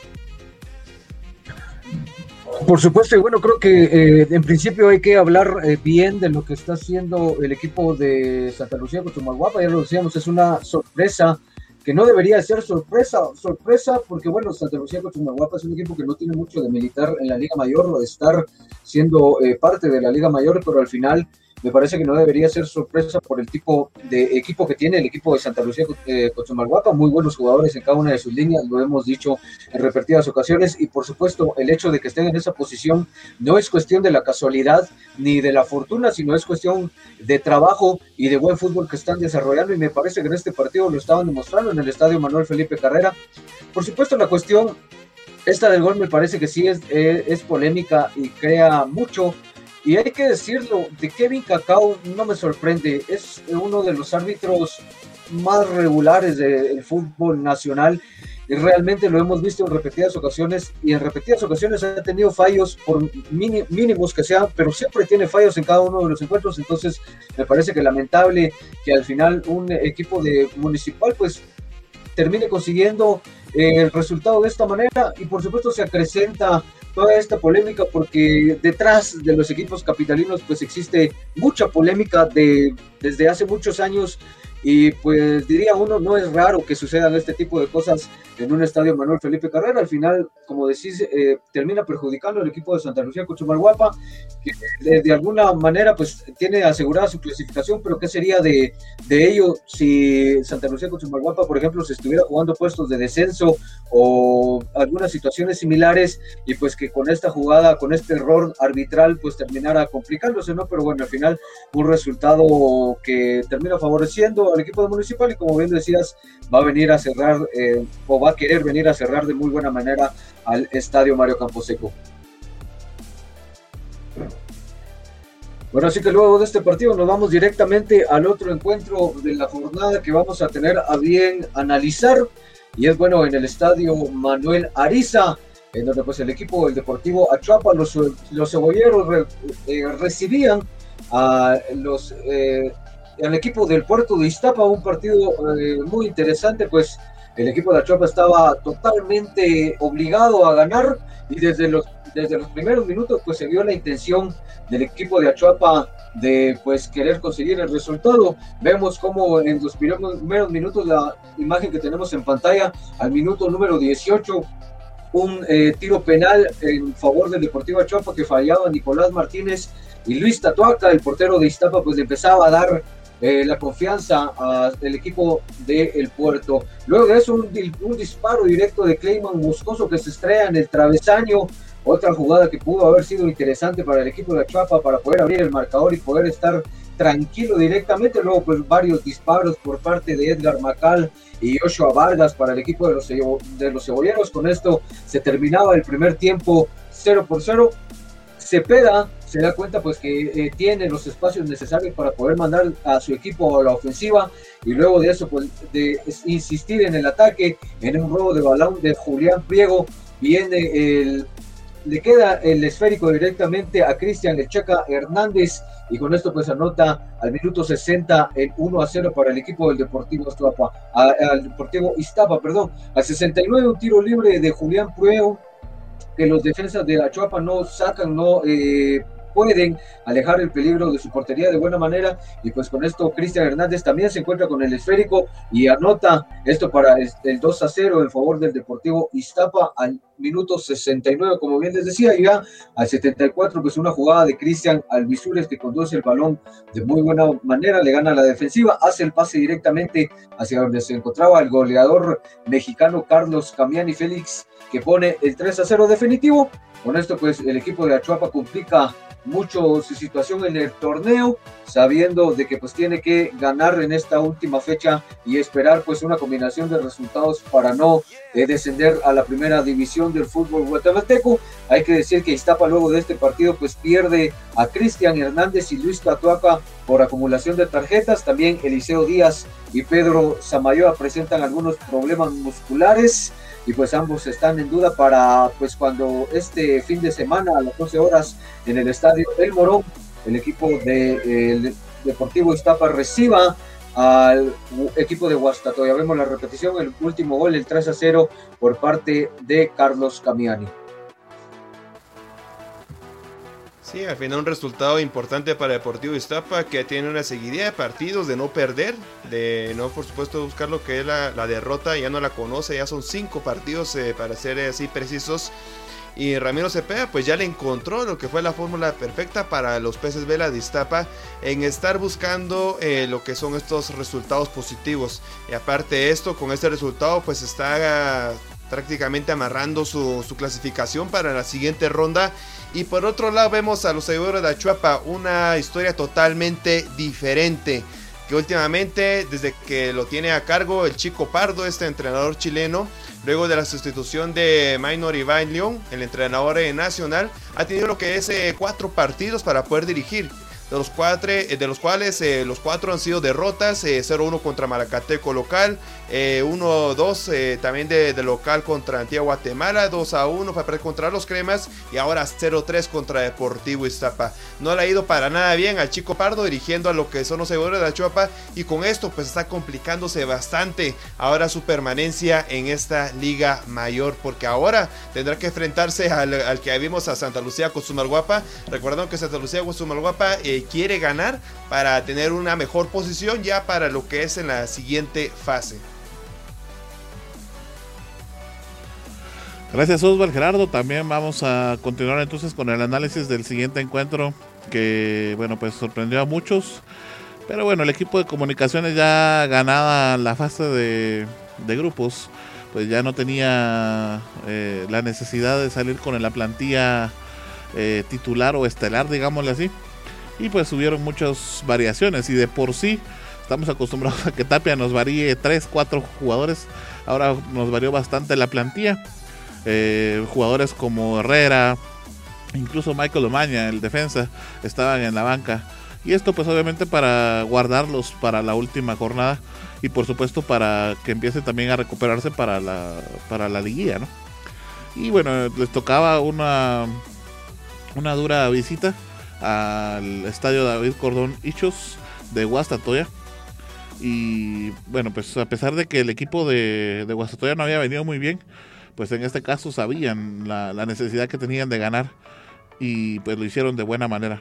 Por supuesto, y bueno, creo que eh, en principio hay que hablar eh, bien de lo que está haciendo el equipo de Santa Lucía Cochumalguapa. Ya lo decíamos, es una sorpresa que no debería ser sorpresa, sorpresa porque bueno, Santa Lucía Cochumalguapa es un equipo que no tiene mucho de militar en la Liga Mayor o de estar siendo eh, parte de la Liga Mayor, pero al final me parece que no debería ser sorpresa por el tipo de equipo que tiene el equipo de Santa Lucía eh, Cochumalguapa, muy buenos jugadores en cada una de sus líneas, lo hemos dicho en repetidas ocasiones, y por supuesto el hecho de que estén en esa posición no es cuestión de la casualidad ni de la fortuna, sino es cuestión de trabajo y de buen fútbol que están desarrollando, y me parece que en este partido lo estaban demostrando en el estadio Manuel Felipe Carrera. Por supuesto, la cuestión esta del gol me parece que sí es, es, es polémica y crea mucho. Y hay que decirlo, de Kevin Cacao no me sorprende, es uno de los árbitros más regulares del fútbol nacional, y realmente lo hemos visto en repetidas ocasiones, y en repetidas ocasiones ha tenido fallos, por mínimos que sean, pero siempre tiene fallos en cada uno de los encuentros. Entonces me parece que lamentable que al final un equipo de Municipal pues termine consiguiendo eh, el resultado de esta manera, y por supuesto se acrecenta toda esta polémica porque detrás de los equipos capitalinos pues existe mucha polémica de, desde hace muchos años, y pues diría uno, no es raro que sucedan este tipo de cosas en un estadio Manuel Felipe Carrera. Al final, como decís, eh, termina perjudicando al equipo de Santa Lucía Cochumalguapa, que de, de alguna manera pues tiene asegurada su clasificación, pero ¿qué sería de, de ello si Santa Lucía Cochumalguapa, por ejemplo, se estuviera jugando puestos de descenso o algunas situaciones similares, y pues que con esta jugada, con este error arbitral, pues terminara complicándose, ¿no? Pero bueno, al final un resultado que termina favoreciendo al equipo de Municipal, y como bien decías, va a venir a cerrar eh, o va a querer venir a cerrar de muy buena manera al estadio Mario Camposeco. Bueno, así que luego de este partido nos vamos directamente al otro encuentro de la jornada que vamos a tener a bien analizar, y es bueno en el estadio Manuel Ariza, en donde pues el equipo del Deportivo Achuapa, los, los cebolleros re, eh, recibían a los eh, al equipo del Puerto de Iztapa, un partido eh, muy interesante, pues el equipo de Achuapa estaba totalmente obligado a ganar, y desde los, desde los primeros minutos pues se vio la intención del equipo de Achuapa de pues querer conseguir el resultado. Vemos como en los primeros minutos, la imagen que tenemos en pantalla, al minuto número dieciocho, un eh, tiro penal en favor del Deportivo Achuapa que fallaba Nicolás Martínez, y Luis Tatuaca, el portero de Iztapa, pues le empezaba a dar eh, la confianza al equipo del Puerto. Luego de eso, un, un disparo directo de Clayman Moscoso que se estrella en el travesaño. Otra jugada que pudo haber sido interesante para el equipo de Achuapa para poder abrir el marcador y poder estar tranquilo directamente. Luego pues varios disparos por parte de Edgar Macal y Joshua Vargas para el equipo de los, de los cebolleros. Con esto se terminaba el primer tiempo cero por cero. Cepeda se da cuenta pues que eh, tiene los espacios necesarios para poder mandar a su equipo a la ofensiva, y luego de eso pues de insistir en el ataque, en un robo de balón de Julián Priego, viene el le queda el esférico directamente a Cristian El Checa Hernández, y con esto pues anota al minuto sesenta el uno a cero para el equipo del Deportivo Iztapa, a, al Deportivo Iztapa, perdón. Al sesenta y nueve un tiro libre de Julián Priego que los defensas de Achuapa no sacan, no eh, pueden alejar el peligro de su portería de buena manera, y pues con esto Cristian Hernández también se encuentra con el esférico y anota esto para el dos a cero en favor del Deportivo Iztapa al minuto sesenta y nueve, como bien les decía. Y ya al setenta y cuatro pues una jugada de Cristian Alvisures que conduce el balón de muy buena manera, le gana la defensiva, hace el pase directamente hacia donde se encontraba el goleador mexicano Carlos Camiani Félix, que pone el tres a cero definitivo. Con esto pues el equipo de Achuapa complica mucho su situación en el torneo, sabiendo de que pues tiene que ganar en esta última fecha y esperar pues una combinación de resultados para no eh, descender a la primera división del fútbol guatemalteco. Hay que decir que Iztapa luego de este partido pues pierde a Cristian Hernández y Luis Tatuaca por acumulación de tarjetas. También Eliseo Díaz y Pedro Samayoa presentan algunos problemas musculares, y pues ambos están en duda para pues cuando este fin de semana a las doce horas en el estadio El Morón el equipo de el Deportivo Iztapa reciba al equipo de Guastatoya. Vemos la repetición, el último gol, el tres a cero por parte de Carlos Camiani. Sí, al final un resultado importante para Deportivo Iztapa, que tiene una seguidilla de partidos de no perder, de no por supuesto buscar lo que es la, la derrota, ya no la conoce, ya son cinco partidos eh, para ser así precisos, y Ramiro Cepeda pues ya le encontró lo que fue la fórmula perfecta para los Peces Vela de Iztapa en estar buscando eh, lo que son estos resultados positivos, y aparte de esto, con este resultado pues está prácticamente amarrando su, su clasificación para la siguiente ronda. Y por otro lado vemos a los seguidores de Achuapa, una historia totalmente diferente, que últimamente desde que lo tiene a cargo el Chico Pardo, este entrenador chileno, luego de la sustitución de Maynor Iván León, el entrenador nacional, ha tenido lo que es eh, cuatro partidos para poder dirigir, de los, cuatro, de los cuales eh, los cuatro han sido derrotas, eh, cero uno contra Malacateco local, eh, uno dos eh, también de, de local contra Antigua Guatemala, dos a uno para perder contra los Cremas, y ahora cero tres contra Deportivo Iztapa. No le ha ido para nada bien al Chico Pardo dirigiendo a lo que son los seguidores de Achuapa, y con esto pues está complicándose bastante ahora su permanencia en esta liga mayor, porque ahora tendrá que enfrentarse al, al que vimos a Santa Lucía Cochumalguapa. Recordando que Santa Lucía Cochumalguapa eh, eh, quiere ganar para tener una mejor posición ya para lo que es en la siguiente fase. Gracias, Osvaldo Gerardo. También vamos a continuar entonces con el análisis del siguiente encuentro que, bueno, pues sorprendió a muchos. Pero bueno, el equipo de Comunicaciones, ya ganada la fase de, de grupos, pues ya no tenía eh, la necesidad de salir con la plantilla eh, titular o estelar, digámosle así. Y pues hubieron muchas variaciones, y de por sí estamos acostumbrados a que Tapia nos varíe tres, cuatro jugadores. Ahora nos varió bastante la plantilla. Eh, jugadores como Herrera, incluso Michael Omaña, el defensa, estaban en la banca. Y esto pues obviamente para guardarlos para la última jornada, y por supuesto para que empiece también a recuperarse para la, para la liguilla, ¿no? Y bueno, les tocaba una, una dura visita al estadio David Cordón Hichos de Guastatoya. Y bueno, pues a pesar de que el equipo de, de Guastatoya no había venido muy bien, pues en este caso sabían la, la necesidad que tenían de ganar, y pues lo hicieron de buena manera.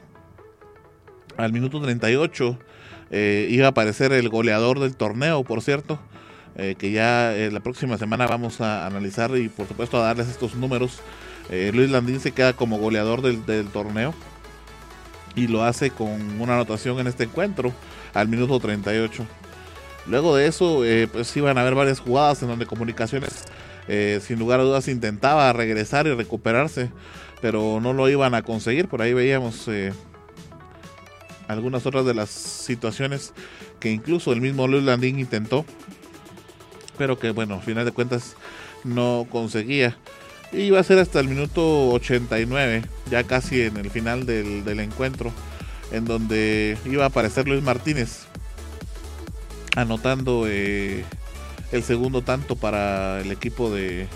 Al minuto treinta y ocho eh, iba a aparecer el goleador del torneo, por cierto, eh, que ya eh, la próxima semana vamos a analizar y por supuesto a darles estos números. eh, Luis Landín se queda como goleador del, del torneo, y lo hace con una anotación en este encuentro al minuto treinta y ocho. Luego de eso eh, pues iban a haber varias jugadas en donde Comunicaciones Eh, sin lugar a dudas intentaba regresar y recuperarse, pero no lo iban a conseguir. Por ahí veíamos eh, algunas otras de las situaciones que incluso el mismo Luis Landín intentó, pero que bueno, al final de cuentas no conseguía. Y iba a ser hasta el minuto ochenta y nueve, ya casi en el final del, del encuentro, en donde iba a aparecer Luis Martínez anotando eh, el segundo tanto para el equipo de,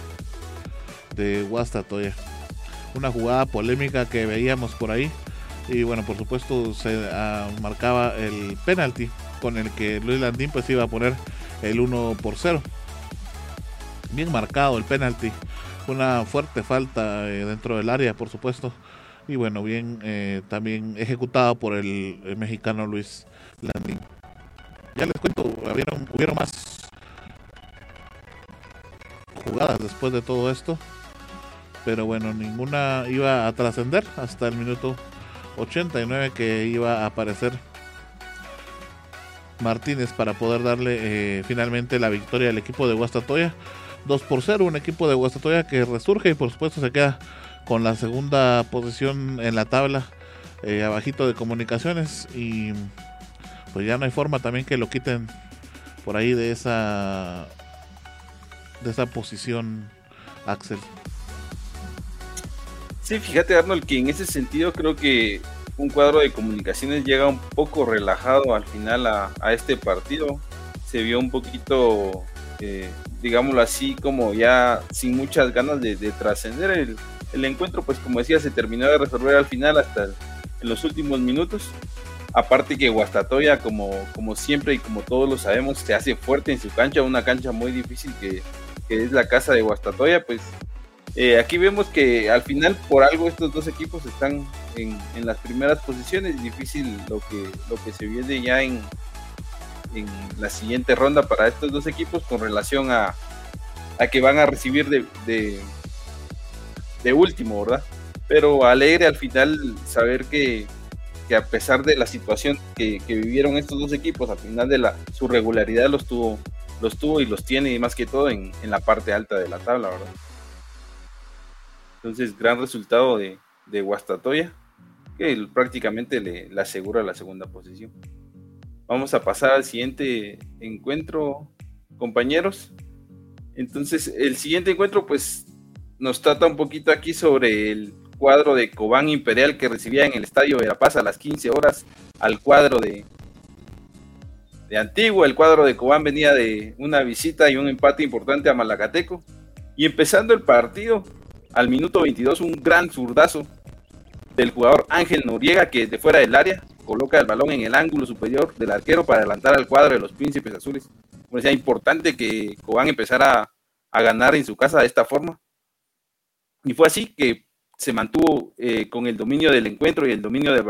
de Guastatoya. Una jugada polémica que veíamos por ahí, y bueno, por supuesto se uh, marcaba el penalti con el que Luis Landín pues iba a poner el uno por cero. Bien marcado el penalti, una fuerte falta eh, dentro del área, por supuesto, y bueno, bien eh, también ejecutado por el, el mexicano Luis Landín. Ya les cuento, hubieron, hubieron más jugadas después de todo esto, pero bueno, ninguna iba a trascender hasta el minuto ochenta y nueve, que iba a aparecer Martínez para poder darle eh, finalmente la victoria al equipo de Guastatoya, dos por cero, un equipo de Guastatoya que resurge y por supuesto se queda con la segunda posición en la tabla, eh, abajito de Comunicaciones, y pues ya no hay forma también que lo quiten por ahí de esa de esa posición, Axel. Sí, fíjate, Arnold, que en ese sentido creo que un cuadro de Comunicaciones llega un poco relajado al final a, a este partido. Se vio un poquito, eh, digámoslo así, como ya sin muchas ganas de, de trascender el, el encuentro, pues como decía, se terminó de resolver al final hasta el, en los últimos minutos. Aparte que Guastatoya, como, como siempre y como todos lo sabemos, se hace fuerte en su cancha, una cancha muy difícil que, que es la casa de Guastatoya. Pues eh, aquí vemos que al final por algo estos dos equipos están en, en las primeras posiciones. Difícil lo que, lo que se viene ya en, en la siguiente ronda para estos dos equipos con relación a, a que van a recibir de, de, de último, ¿verdad? Pero alegre al final saber que que a pesar de la situación que, que vivieron estos dos equipos, al final de la, su regularidad los tuvo, los tuvo y los tiene, y más que todo en, en la parte alta de la tabla, ¿verdad? Entonces, gran resultado de, de Guastatoya, que prácticamente le, le asegura la segunda posición. Vamos a pasar al siguiente encuentro, compañeros. Entonces, el siguiente encuentro, pues, nos trata un poquito aquí sobre el cuadro de Cobán Imperial, que recibía en el estadio Verapaz a las quince horas al cuadro de, de Antigua. El cuadro de Cobán venía de una visita y un empate importante a Malacateco, y empezando el partido al minuto veintidós, un gran zurdazo del jugador Ángel Noriega, que desde fuera del área coloca el balón en el ángulo superior del arquero para adelantar al cuadro de los Príncipes Azules. Pues era importante que Cobán empezara a, a ganar en su casa de esta forma, y fue así que se mantuvo eh, con el dominio del encuentro y el dominio del balón,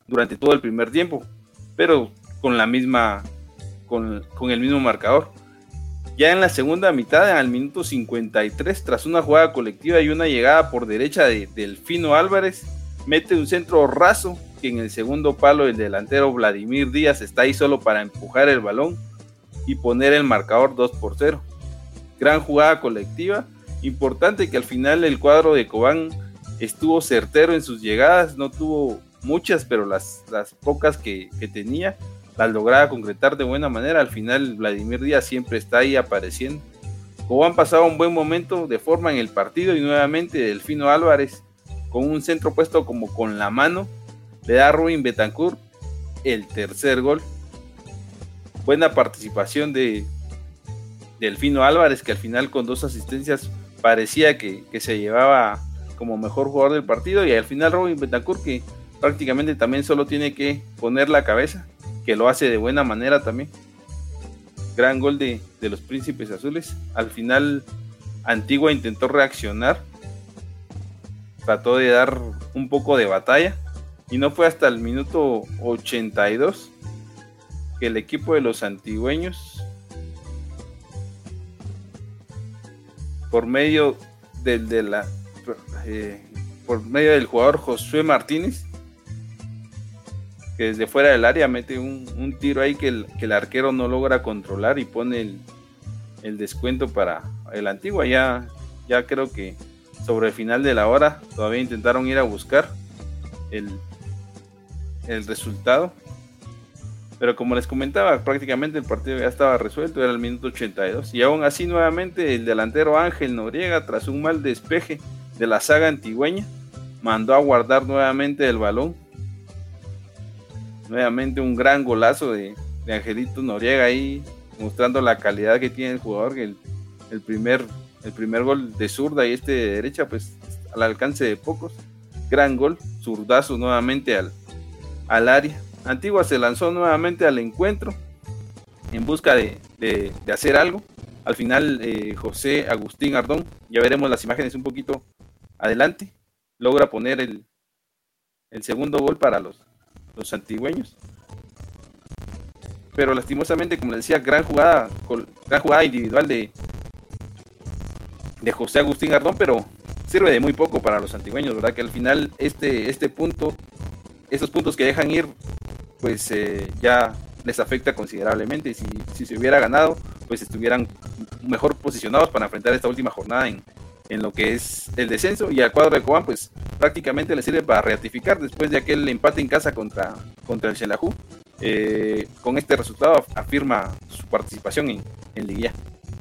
durante todo el primer tiempo, pero con la misma, con, con el mismo marcador. Ya en la segunda mitad, al minuto cincuenta y tres, tras una jugada colectiva y una llegada por derecha de Delfino Álvarez, mete un centro raso que en el segundo palo el delantero Vladimir Díaz está ahí solo para empujar el balón y poner el marcador dos por cero. Gran jugada colectiva, importante que al final el cuadro de Cobán estuvo certero en sus llegadas, no tuvo muchas, pero las, las pocas que, que tenía las lograba concretar de buena manera. Al final Vladimir Díaz siempre está ahí apareciendo. Cobán pasaba un buen momento de forma en el partido y nuevamente Delfino Álvarez con un centro puesto como con la mano le da a Rubén Betancourt el tercer gol. Buena participación de Delfino Álvarez, que al final con dos asistencias parecía que, que se llevaba como mejor jugador del partido, y al final Rubén Betancourt, que prácticamente también solo tiene que poner la cabeza, que lo hace de buena manera también. Gran gol de, de los Príncipes Azules. Al final Antigua intentó reaccionar, trató de dar un poco de batalla, y no fue hasta el minuto ochenta y dos que el equipo de los antigüeños, por medio del, de la, eh, por medio del jugador Josué Martínez, que desde fuera del área mete un, un tiro ahí que el, que el arquero no logra controlar y pone el, el descuento para el Antigua. Ya, ya creo que sobre el final de la hora todavía intentaron ir a buscar el, el resultado, pero como les comentaba, prácticamente el partido ya estaba resuelto, era el minuto ochenta y dos, y aún así nuevamente el delantero Ángel Noriega, tras un mal despeje de la saga antigüeña, mandó a guardar nuevamente el balón. Nuevamente un gran golazo de, de Angelito Noriega ahí, mostrando la calidad que tiene el jugador, que el, el, primer, el primer gol de zurda y este de derecha, pues al alcance de pocos. Gran gol, zurdazo nuevamente al, al área. Antigua se lanzó nuevamente al encuentro en busca de, de, de hacer algo. Al final eh, José Agustín Ardón, ya veremos las imágenes un poquito adelante, logra poner el, el segundo gol para los, los antigüeños. Pero lastimosamente, como les decía, gran jugada, gran jugada individual de, de José Agustín Ardón, pero sirve de muy poco para los antigüeños, ¿verdad? Que al final este, este punto, estos puntos que dejan ir, pues eh, ya les afecta considerablemente. Si, si se hubiera ganado, pues estuvieran mejor posicionados para enfrentar esta última jornada en, en lo que es el descenso, y al cuadro de Cobán pues prácticamente le sirve para ratificar después de aquel empate en casa contra, contra el Xelajú. Eh, con este resultado afirma su participación en, en Liguilla.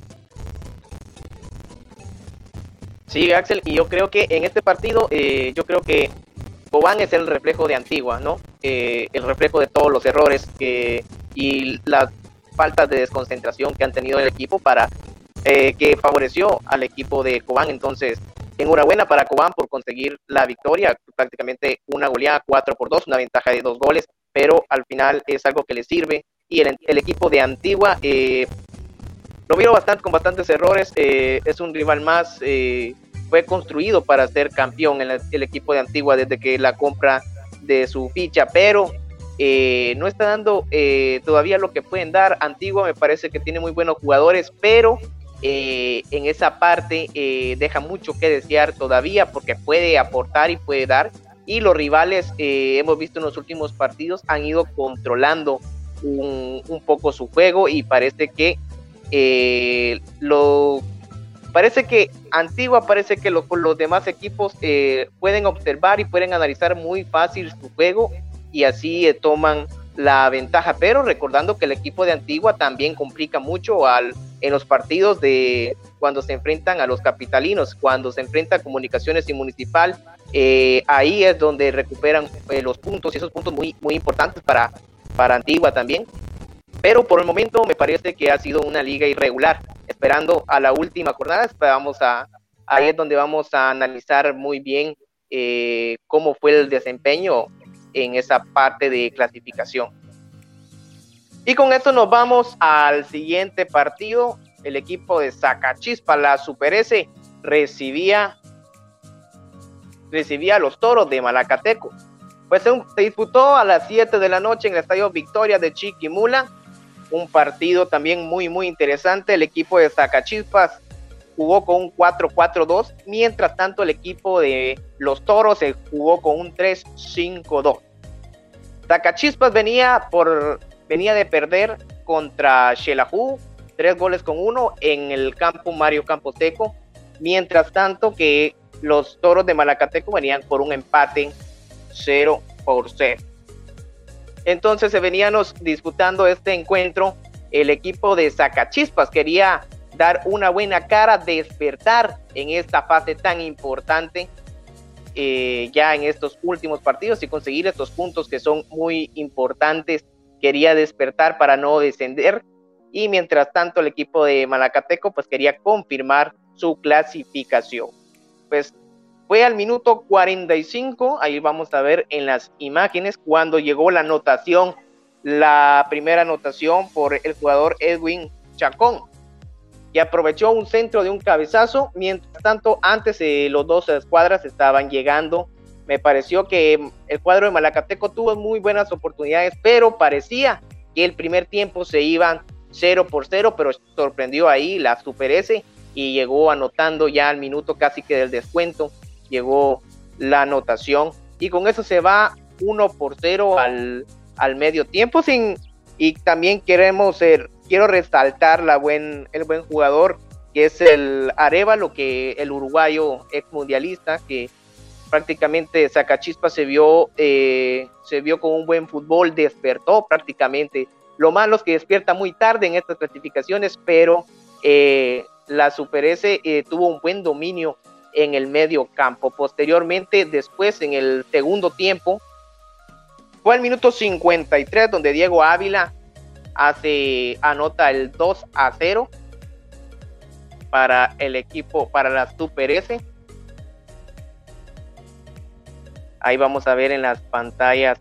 Sí, Axel, y yo creo que en este partido, eh, yo creo que Cobán es el reflejo de Antigua, ¿no? Eh, el reflejo de todos los errores que, y la falta de desconcentración que han tenido el equipo para eh, que favoreció al equipo de Cobán. Entonces, enhorabuena para Cobán por conseguir la victoria, prácticamente una goleada cuatro por dos, una ventaja de dos goles, pero al final es algo que le sirve. Y el, el equipo de Antigua eh, lo vio bastante, con bastantes errores, eh, es un rival más. Eh, fue construido para ser campeón en el, el equipo de Antigua desde que la compra de su ficha, pero eh, no está dando eh, todavía lo que pueden dar. Antigua me parece que tiene muy buenos jugadores, pero eh, en esa parte eh, deja mucho que desear todavía, porque puede aportar y puede dar, y los rivales eh, hemos visto en los últimos partidos han ido controlando un, un poco su juego, y parece que eh, lo Parece que Antigua, parece que lo, los demás equipos eh, pueden observar y pueden analizar muy fácil su juego, y así eh, toman la ventaja, pero recordando que el equipo de Antigua también complica mucho al, en los partidos de cuando se enfrentan a los capitalinos, cuando se enfrenta a Comunicaciones y Municipal, eh, ahí es donde recuperan eh, los puntos, y esos puntos muy, muy importantes para, para Antigua también. Pero por el momento me parece que ha sido una liga irregular. Esperando a la última jornada, vamos a, ahí es donde vamos a analizar muy bien eh, cómo fue el desempeño en esa parte de clasificación. Y con esto nos vamos al siguiente partido. El equipo de Zacachispa, la Super S, recibía, recibía a los Toros de Malacateco. Pues se, se disputó a las siete de la noche en el Estadio Victoria de Chiquimula, un partido también muy muy interesante. El equipo de Zacachispas jugó con un cuatro cuatro dos, mientras tanto el equipo de los Toros se jugó con un tres cinco dos. Zacachispas venía, por, venía de perder contra Xelajú, tres goles con uno en el campo Mario Camposeco, mientras tanto que los Toros de Malacateco venían por un empate cero por cero. Entonces se venían disputando este encuentro. El equipo de Zacachispas quería dar una buena cara, despertar en esta fase tan importante, eh, ya en estos últimos partidos, y conseguir estos puntos que son muy importantes. Quería despertar para no descender, y mientras tanto el equipo de Malacateco pues quería confirmar su clasificación. Pues fue al minuto cuarenta y cinco, ahí vamos a ver en las imágenes, cuando llegó la anotación, la primera anotación por el jugador Edwin Chacón, que aprovechó un centro de un cabezazo. Mientras tanto, antes eh, los dos escuadras estaban llegando. Me pareció que el cuadro de Malacateco tuvo muy buenas oportunidades, pero parecía que el primer tiempo se iban cero por cero, pero sorprendió ahí la Super S y llegó anotando ya al minuto casi que del descuento, llegó la anotación, y con eso se va uno por cero al, al medio tiempo. Sin, y también queremos ser, quiero resaltar la buen, el buen jugador que es el Arévalo, que el uruguayo ex mundialista, que prácticamente Zacachispas se vio, eh, se vio con un buen fútbol, despertó prácticamente. Lo malo es que despierta muy tarde en estas clasificaciones, pero eh, la Super S eh, tuvo un buen dominio en el medio campo. Posteriormente, después en el segundo tiempo, fue al minuto cincuenta y tres donde Diego Ávila hace, anota el dos a cero para el equipo, para la Super S. Ahí vamos a ver en las pantallas.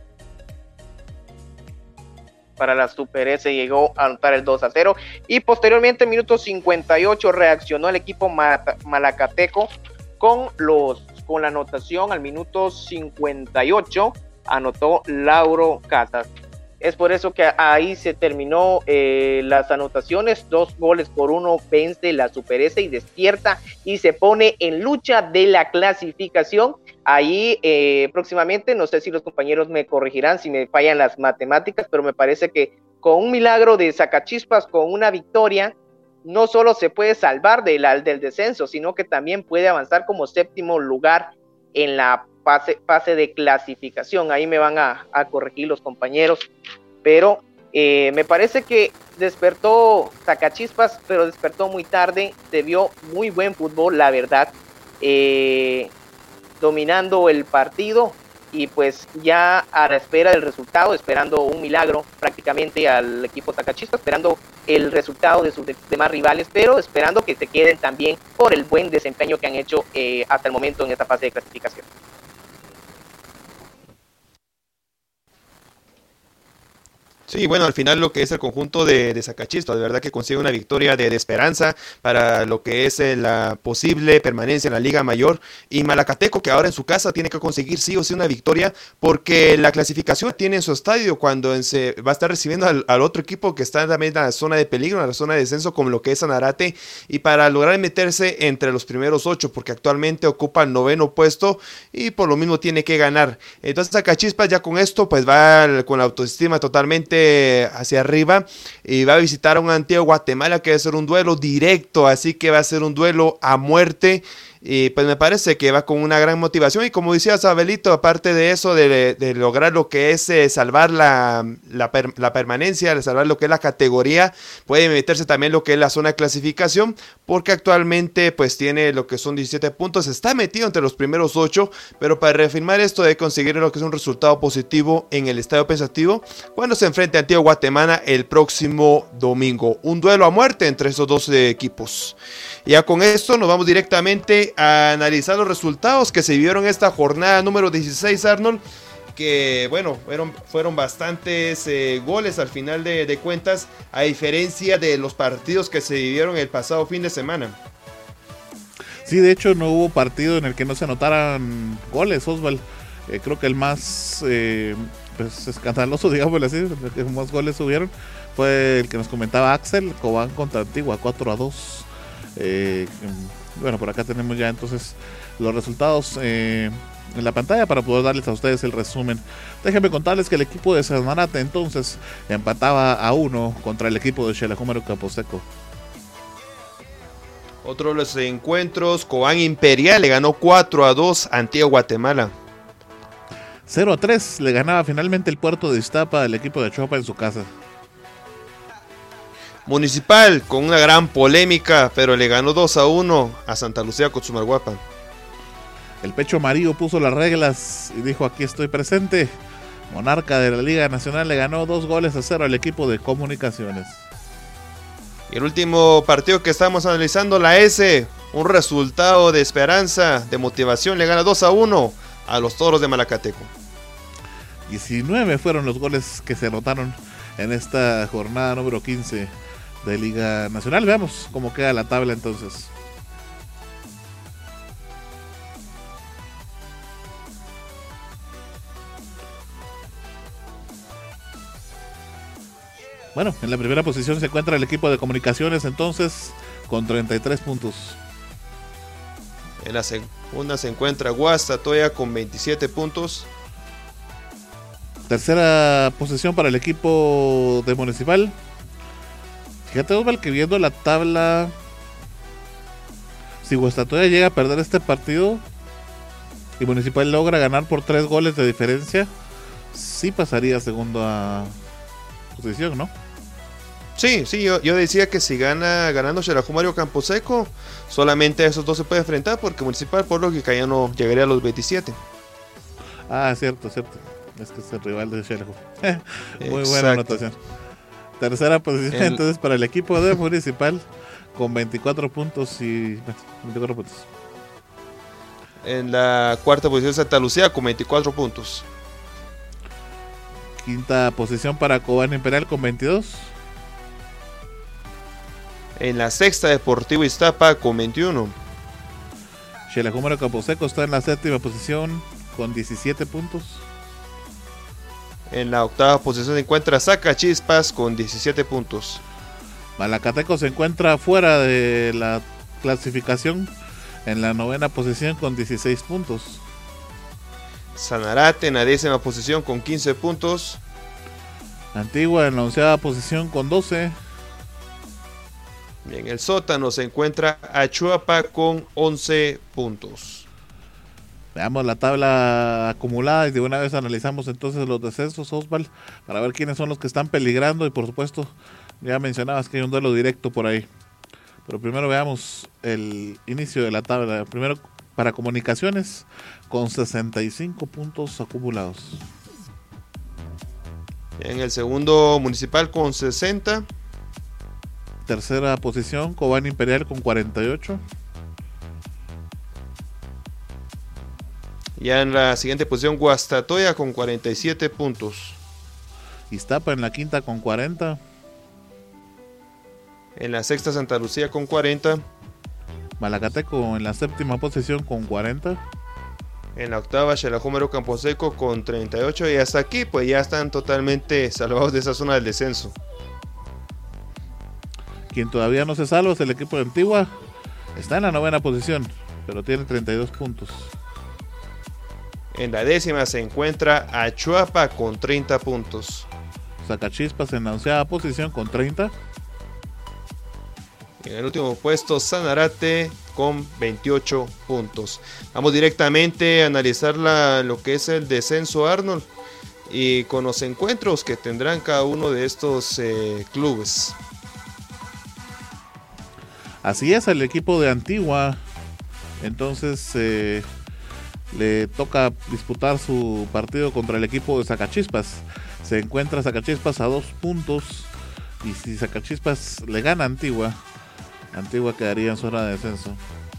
Para la Super S llegó a anotar el dos a cero. Y posteriormente, en minuto cincuenta y ocho, reaccionó el equipo Malacateco con, los, con la anotación. Al minuto cincuenta y ocho anotó Lauro Casas. Es por eso que ahí se terminó eh, las anotaciones. Dos goles por uno vence la Super S y despierta y se pone en lucha de la clasificación. Ahí eh, próximamente, no sé si los compañeros me corregirán si me fallan las matemáticas, pero me parece que con un milagro de Zacachispas, con una victoria, no solo se puede salvar del, del descenso, sino que también puede avanzar como séptimo lugar en la fase, fase de clasificación. Ahí me van a, a corregir los compañeros, pero eh, me parece que despertó Zacachispas, pero despertó muy tarde. Se vio muy buen fútbol, la verdad, eh, dominando el partido, y pues ya a la espera del resultado, esperando un milagro prácticamente al equipo Zacachispas, esperando el resultado de sus demás rivales, pero esperando que se queden también por el buen desempeño que han hecho eh, hasta el momento en esta fase de clasificación. Sí, bueno, al final lo que es el conjunto de, de Zacachispas, de verdad que consigue una victoria de, de esperanza para lo que es eh, la posible permanencia en la Liga Mayor, y Malacateco, que ahora en su casa tiene que conseguir sí o sí una victoria, porque la clasificación tiene en su estadio cuando en se va a estar recibiendo al, al otro equipo que está también en la zona de peligro, en la zona de descenso, como lo que es Sanarate, y para lograr meterse entre los primeros ocho, porque actualmente ocupa el noveno puesto y por lo mismo tiene que ganar. Entonces Zacachispas ya con esto pues va con la autoestima totalmente hacia arriba y va a visitar a un Antigua Guatemala que va a ser un duelo directo, así que va a ser un duelo a muerte. Y pues me parece que va con una gran motivación, y como decía Sabelito, aparte de eso, de, de lograr lo que es eh, salvar la, la, per, la permanencia, de salvar lo que es la categoría, puede meterse también lo que es la zona de clasificación, porque actualmente pues tiene lo que son diecisiete puntos, está metido entre los primeros ocho, pero para reafirmar esto debe conseguir lo que es un resultado positivo en el Estadio Pensativo cuando se enfrente a Antigua Guatemala el próximo domingo. Un duelo a muerte entre esos dos eh, equipos. Ya con esto nos vamos directamente a analizar los resultados que se vivieron esta jornada número dieciséis, Arnold, que bueno, fueron, fueron bastantes eh, goles al final de, de cuentas, a diferencia de los partidos que se vivieron el pasado fin de semana. Sí, de hecho no hubo partido en el que no se anotaran goles, Osvaldo. Eh, creo que el más eh, pues, escandaloso, digamos así, el que más goles subieron, fue el que nos comentaba Axel, Cobán contra Antigua, cuatro a dos. Eh, bueno, por acá tenemos ya entonces los resultados eh, en la pantalla para poder darles a ustedes el resumen. Déjenme contarles que el equipo de Sanarate entonces empataba a uno contra el equipo de Xelajú Camposeco. Otro de los encuentros, Cobán Imperial le ganó cuatro a dos a Antigua Guatemala. cero a tres le ganaba finalmente el Puerto de Iztapa al equipo de Chopa en su casa. Municipal con una gran polémica, pero le ganó dos a uno a Santa Lucía Cotzumalguapa. El Pecho Amarillo puso las reglas y dijo: aquí estoy presente. Monarca de la Liga Nacional le ganó dos goles a cero al equipo de Comunicaciones. Y el último partido que estamos analizando, la S, un resultado de esperanza, de motivación, le gana dos a uno a los Toros de Malacateco. diecinueve fueron los goles que se anotaron en esta jornada número quince de Liga Nacional. Veamos cómo queda la tabla entonces. Bueno, en la primera posición se encuentra el equipo de Comunicaciones entonces con treinta y tres puntos. En la segunda se encuentra Guastatoya con veintisiete puntos. Tercera posición para el equipo de Municipal. Fíjate, Osval, que viendo la tabla, si Guastatoya llega a perder este partido y Municipal logra ganar por tres goles de diferencia, sí pasaría a segunda posición, ¿no? Sí, sí, yo, yo decía que si gana ganando Xelajú Mario Camposeco, solamente esos dos se puede enfrentar, porque Municipal por lógica ya no llegaría a los veintisiete. Ah, cierto, cierto. Es que es el rival de Xelajú. Muy Exacto. buena anotación. Tercera posición El... entonces para el equipo de Municipal con veinticuatro puntos y veinticuatro puntos. En la cuarta posición Santa Lucía con veinticuatro puntos. Quinta posición para Cobán Imperial con veintidós. En la sexta Deportivo Iztapa con veintiuno. Xelajú Mario Camposeco está en la séptima posición con diecisiete puntos. En la octava posición se encuentra Zacachispas con diecisiete puntos. Malacateco se encuentra fuera de la clasificación en la novena posición con dieciséis puntos. Sanarate en la décima posición con quince puntos. Antigua en la onceava posición con doce. En el sótano se encuentra Achuapa con once puntos. Veamos la tabla acumulada y de una vez analizamos entonces los descensos, Osval, para ver quiénes son los que están peligrando y por supuesto ya mencionabas que hay un duelo directo por ahí. Pero primero veamos el inicio de la tabla. Primero para Comunicaciones con sesenta y cinco puntos acumulados. En el segundo Municipal con sesenta. Tercera posición Cobán Imperial con cuarenta y ocho. Ya en la siguiente posición Guastatoya con cuarenta y siete puntos. Iztapa en la quinta con cuarenta. En la sexta Santa Lucía con cuarenta. Malacateco en la séptima posición con cuarenta. En la octava Xelajú Mario Camposeco con treinta y ocho. Y hasta aquí pues ya están totalmente salvados de esa zona del descenso. Quien todavía no se salva es el equipo de Antigua. Está en la novena posición, pero tiene treinta y dos puntos. En la décima se encuentra Achuapa con treinta puntos. Zacachispas en la onceava posición con treinta. En el último puesto Sanarate con veintiocho puntos. Vamos directamente a analizar la, lo que es el descenso, Arnold, y con los encuentros que tendrán cada uno de estos eh, clubes. Así es, el equipo de Antigua entonces eh, le toca disputar su partido contra el equipo de Zacachispas. Se encuentra Zacachispas a dos puntos y si Zacachispas le gana a Antigua, Antigua quedaría en zona de descenso.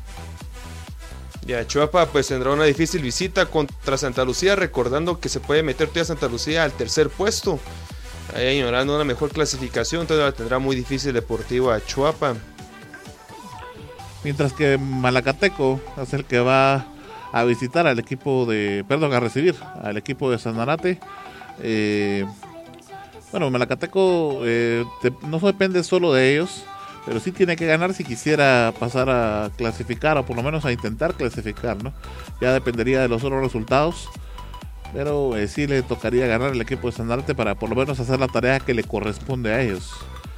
Y Achuapa pues tendrá una difícil visita contra Santa Lucía, recordando que se puede meter todavía Santa Lucía al tercer puesto, ahí ignorando una mejor clasificación, entonces la tendrá muy difícil Deportivo Achuapa. Mientras que Malacateco es el que va a visitar al equipo de, perdón, a recibir al equipo de Sanarate. Eh, bueno, Malacateco eh, te, no depende solo de ellos, pero sí tiene que ganar si quisiera pasar a clasificar, o por lo menos a intentar clasificar, ¿no? Ya dependería de los otros resultados, pero eh, sí le tocaría ganar el equipo de Sanarate para por lo menos hacer la tarea que le corresponde a ellos.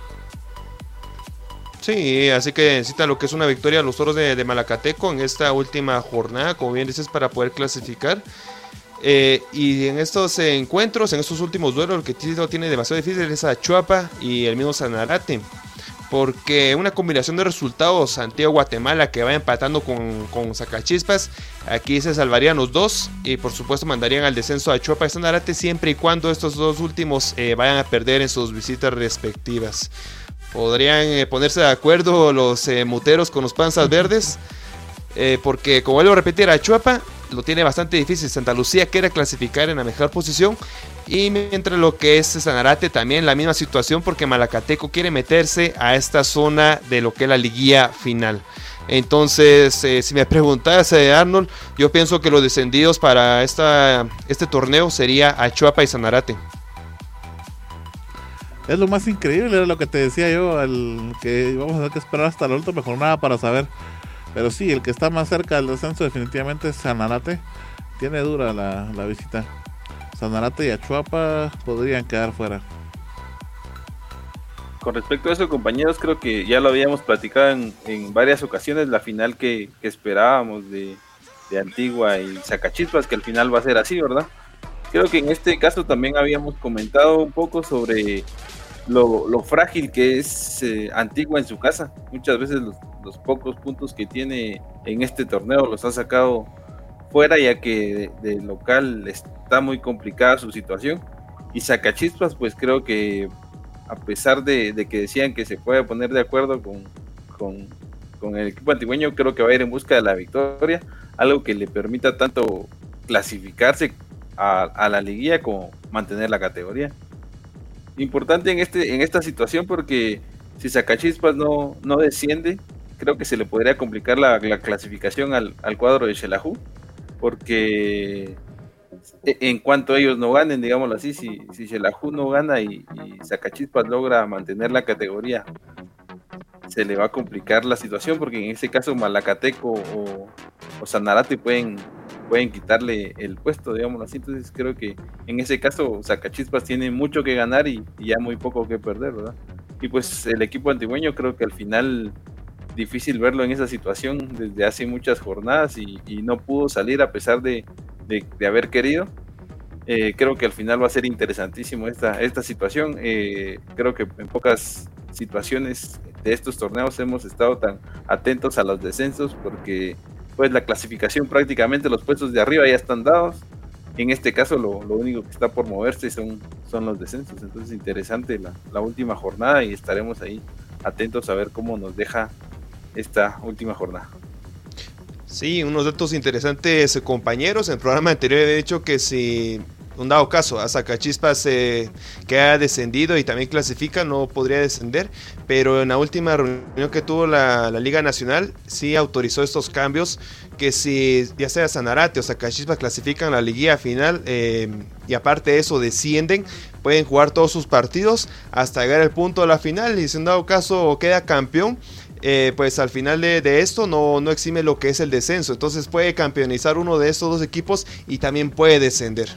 Sí, así que necesitan lo que es una victoria a los Toros de, de Malacateco en esta última jornada, como bien dices, para poder clasificar. Eh, y en estos eh, encuentros, en estos últimos duelos, el que lo tiene demasiado difícil es a Chuapa y el mismo Sanarate, porque una combinación de resultados, Antigua-Guatemala que va empatando con, con Zacachispas, aquí se salvarían los dos y por supuesto mandarían al descenso a Chuapa y Sanarate, siempre y cuando estos dos últimos eh, vayan a perder en sus visitas respectivas. Podrían eh, ponerse de acuerdo los eh, muteros con los panzas verdes, eh, porque como vuelvo a repetir, a Chuapa lo tiene bastante difícil. Santa Lucía quiere clasificar en la mejor posición, y mientras lo que es Sanarate también la misma situación, porque Malacateco quiere meterse a esta zona de lo que es la liguilla final. Entonces, eh, si me preguntas, eh, Arnold, yo pienso que los descendidos para esta, este torneo sería a Chuapa y Sanarate. Es lo más increíble, era lo que te decía yo, el que vamos a tener que esperar hasta la última jornada para saber. Pero sí, el que está más cerca del descenso definitivamente es Sanarate. Tiene dura la, la visita. Sanarate y Achuapa podrían quedar fuera. Con respecto a eso, compañeros, creo que ya lo habíamos platicado en, en varias ocasiones, la final que, que esperábamos de, de Antigua y Zacachispas, que al final va a ser así, ¿verdad? Creo que en este caso también habíamos comentado un poco sobre lo, lo frágil que es eh, Antigua en su casa. Muchas veces los, los pocos puntos que tiene en este torneo los ha sacado fuera, ya que de, de local está muy complicada su situación. Y Zacachispas, pues creo que a pesar de, de que decían que se puede poner de acuerdo con, con, con el equipo antigüeño, creo que va a ir en busca de la victoria, algo que le permita tanto clasificarse a, a la liguilla como mantener la categoría. Importante en este en esta situación, porque si Zacachispas no, no desciende, creo que se le podría complicar la, la clasificación al, al cuadro de Xelajú, porque en cuanto ellos no ganen, digámoslo así, si, si Xelajú no gana y, y Zacachispas logra mantener la categoría, se le va a complicar la situación, porque en ese caso Malacateco o, o Sanarate pueden, pueden quitarle el puesto, digámoslo así. Entonces creo que en ese caso Zacachispas tiene mucho que ganar y, y ya muy poco que perder, ¿verdad? Y pues el equipo antigüeño creo que al final difícil verlo en esa situación desde hace muchas jornadas y, y no pudo salir a pesar de, de, de haber querido. Eh, creo que al final va a ser interesantísimo esta, esta situación. Eh, creo que en pocas situaciones de estos torneos hemos estado tan atentos a los descensos, porque pues la clasificación, prácticamente los puestos de arriba ya están dados. En este caso lo, lo único que está por moverse son, son los descensos. Entonces interesante la, la última jornada y estaremos ahí atentos a ver cómo nos deja esta última jornada. Sí, unos datos interesantes, compañeros. En el programa anterior he dicho que si un dado caso a Zacachispas eh, que ha descendido y también clasifica, no podría descender, pero en la última reunión que tuvo la, la Liga Nacional sí autorizó estos cambios, que si ya sea Sanarate o Zacachispas clasifican la liguilla final eh, y aparte de eso descienden, pueden jugar todos sus partidos hasta llegar al punto de la final, y si en dado caso queda campeón, Eh, pues al final de, de esto no, no exime lo que es el descenso. Entonces puede campeonizar uno de estos dos equipos y también puede descender.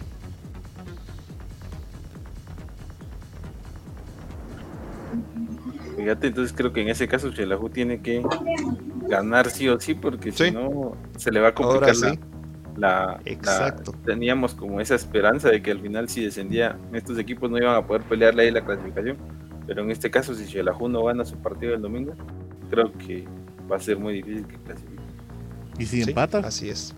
Fíjate, entonces creo que en ese caso Xelajú tiene que ganar sí o sí, porque sí, si no se le va a complicar sí. la, Exacto. la teníamos como esa esperanza de que al final si descendía estos equipos no iban a poder pelearle ahí la clasificación, pero en este caso si Xelajú no gana su partido del domingo, creo que va a ser muy difícil que clasifique. ¿Y si sí, empata? Así es.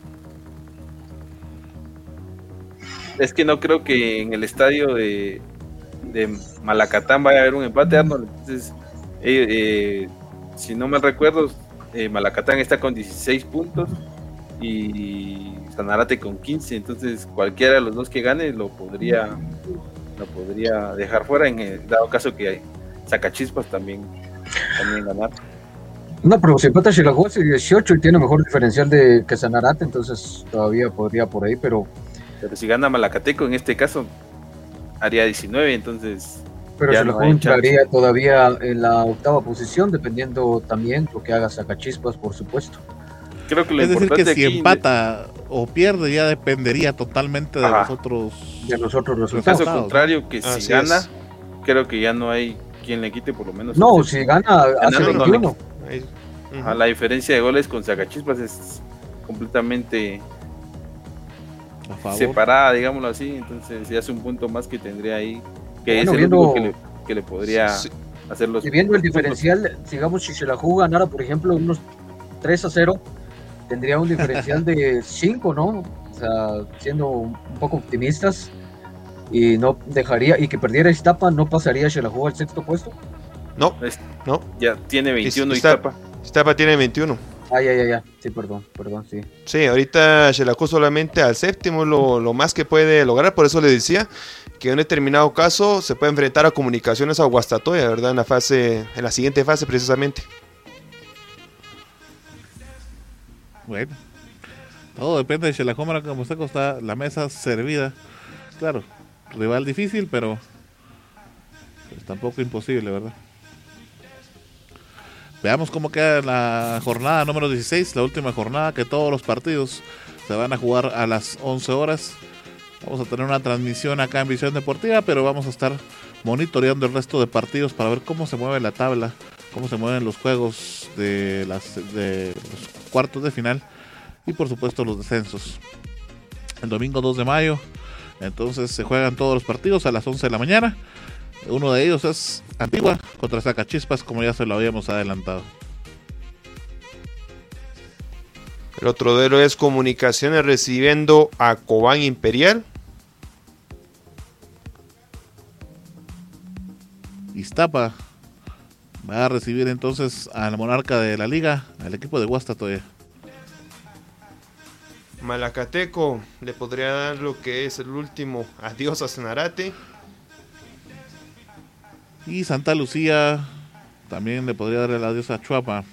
Es que no creo que en el estadio de, de Malacatán vaya a haber un empate, Arnold. Entonces, eh, eh, si no mal recuerdo, eh, Malacatán está con dieciséis puntos y Sanarate con quince. Entonces, cualquiera de los dos que gane lo podría, lo podría dejar fuera, en el dado caso que Zacachispas también, también ganar. No, pero si empata Xelajú hace dieciocho y tiene mejor diferencial de que Sanarate, entonces todavía podría por ahí, pero... Pero si gana Malacateco en este caso, haría diecinueve, entonces... Pero Xelajú no entraría todavía en la octava posición, dependiendo también lo que haga Sacachispas, por supuesto. Creo que lo es decir que si empata de... o pierde ya dependería totalmente de los otros de los otros resultados. En caso contrario, que si Así gana, es. creo que ya no hay quien le quite por lo menos. No, si gana hace veintiuno. No, a la diferencia de goles con Sacachispas es completamente separada, digámoslo así, entonces ya es un punto más que tendría ahí, que bueno, es el viendo, único que le, que le podría sí, hacer los... Y viendo el diferencial, digamos, si Xelajú ganara, por ejemplo, unos tres a cero, tendría un diferencial de cinco, ¿no? O sea, siendo un poco optimistas, y no dejaría, y que perdiera Iztapa, ¿no pasaría Xelajú al sexto puesto? No, no. Ya tiene veintiuno Iztapa. Iztapa tiene veintiuno. Ah, ya, ya, ya. Sí, perdón, perdón, sí. Sí, ahorita Xelajú solamente al séptimo lo, lo más que puede lograr, por eso le decía que en un determinado caso se puede enfrentar a Comunicaciones a Guastatoya, ¿verdad? En la fase, en la siguiente fase precisamente. Bueno, todo depende de Xelajú, como usted está la mesa servida. Claro, rival difícil, pero pues tampoco imposible, ¿verdad? Veamos cómo queda la jornada número dieciséis, la última jornada, que todos los partidos se van a jugar a las once horas. Vamos a tener una transmisión acá en Visión Deportiva, pero vamos a estar monitoreando el resto de partidos para ver cómo se mueve la tabla, cómo se mueven los juegos de, las, de los cuartos de final y por supuesto los descensos. El domingo dos de mayo, entonces se juegan todos los partidos a las once de la mañana. Uno de ellos es Antigua contra Sacachispas, como ya se lo habíamos adelantado. El otro duelo es Comunicaciones recibiendo a Cobán Imperial. Iztapa va a recibir entonces al monarca de la liga, al equipo de Guastatoya. Malacateco le podría dar lo que es el último adiós a Sanarate. Y Santa Lucía también le podría dar el adiós a Chuapa.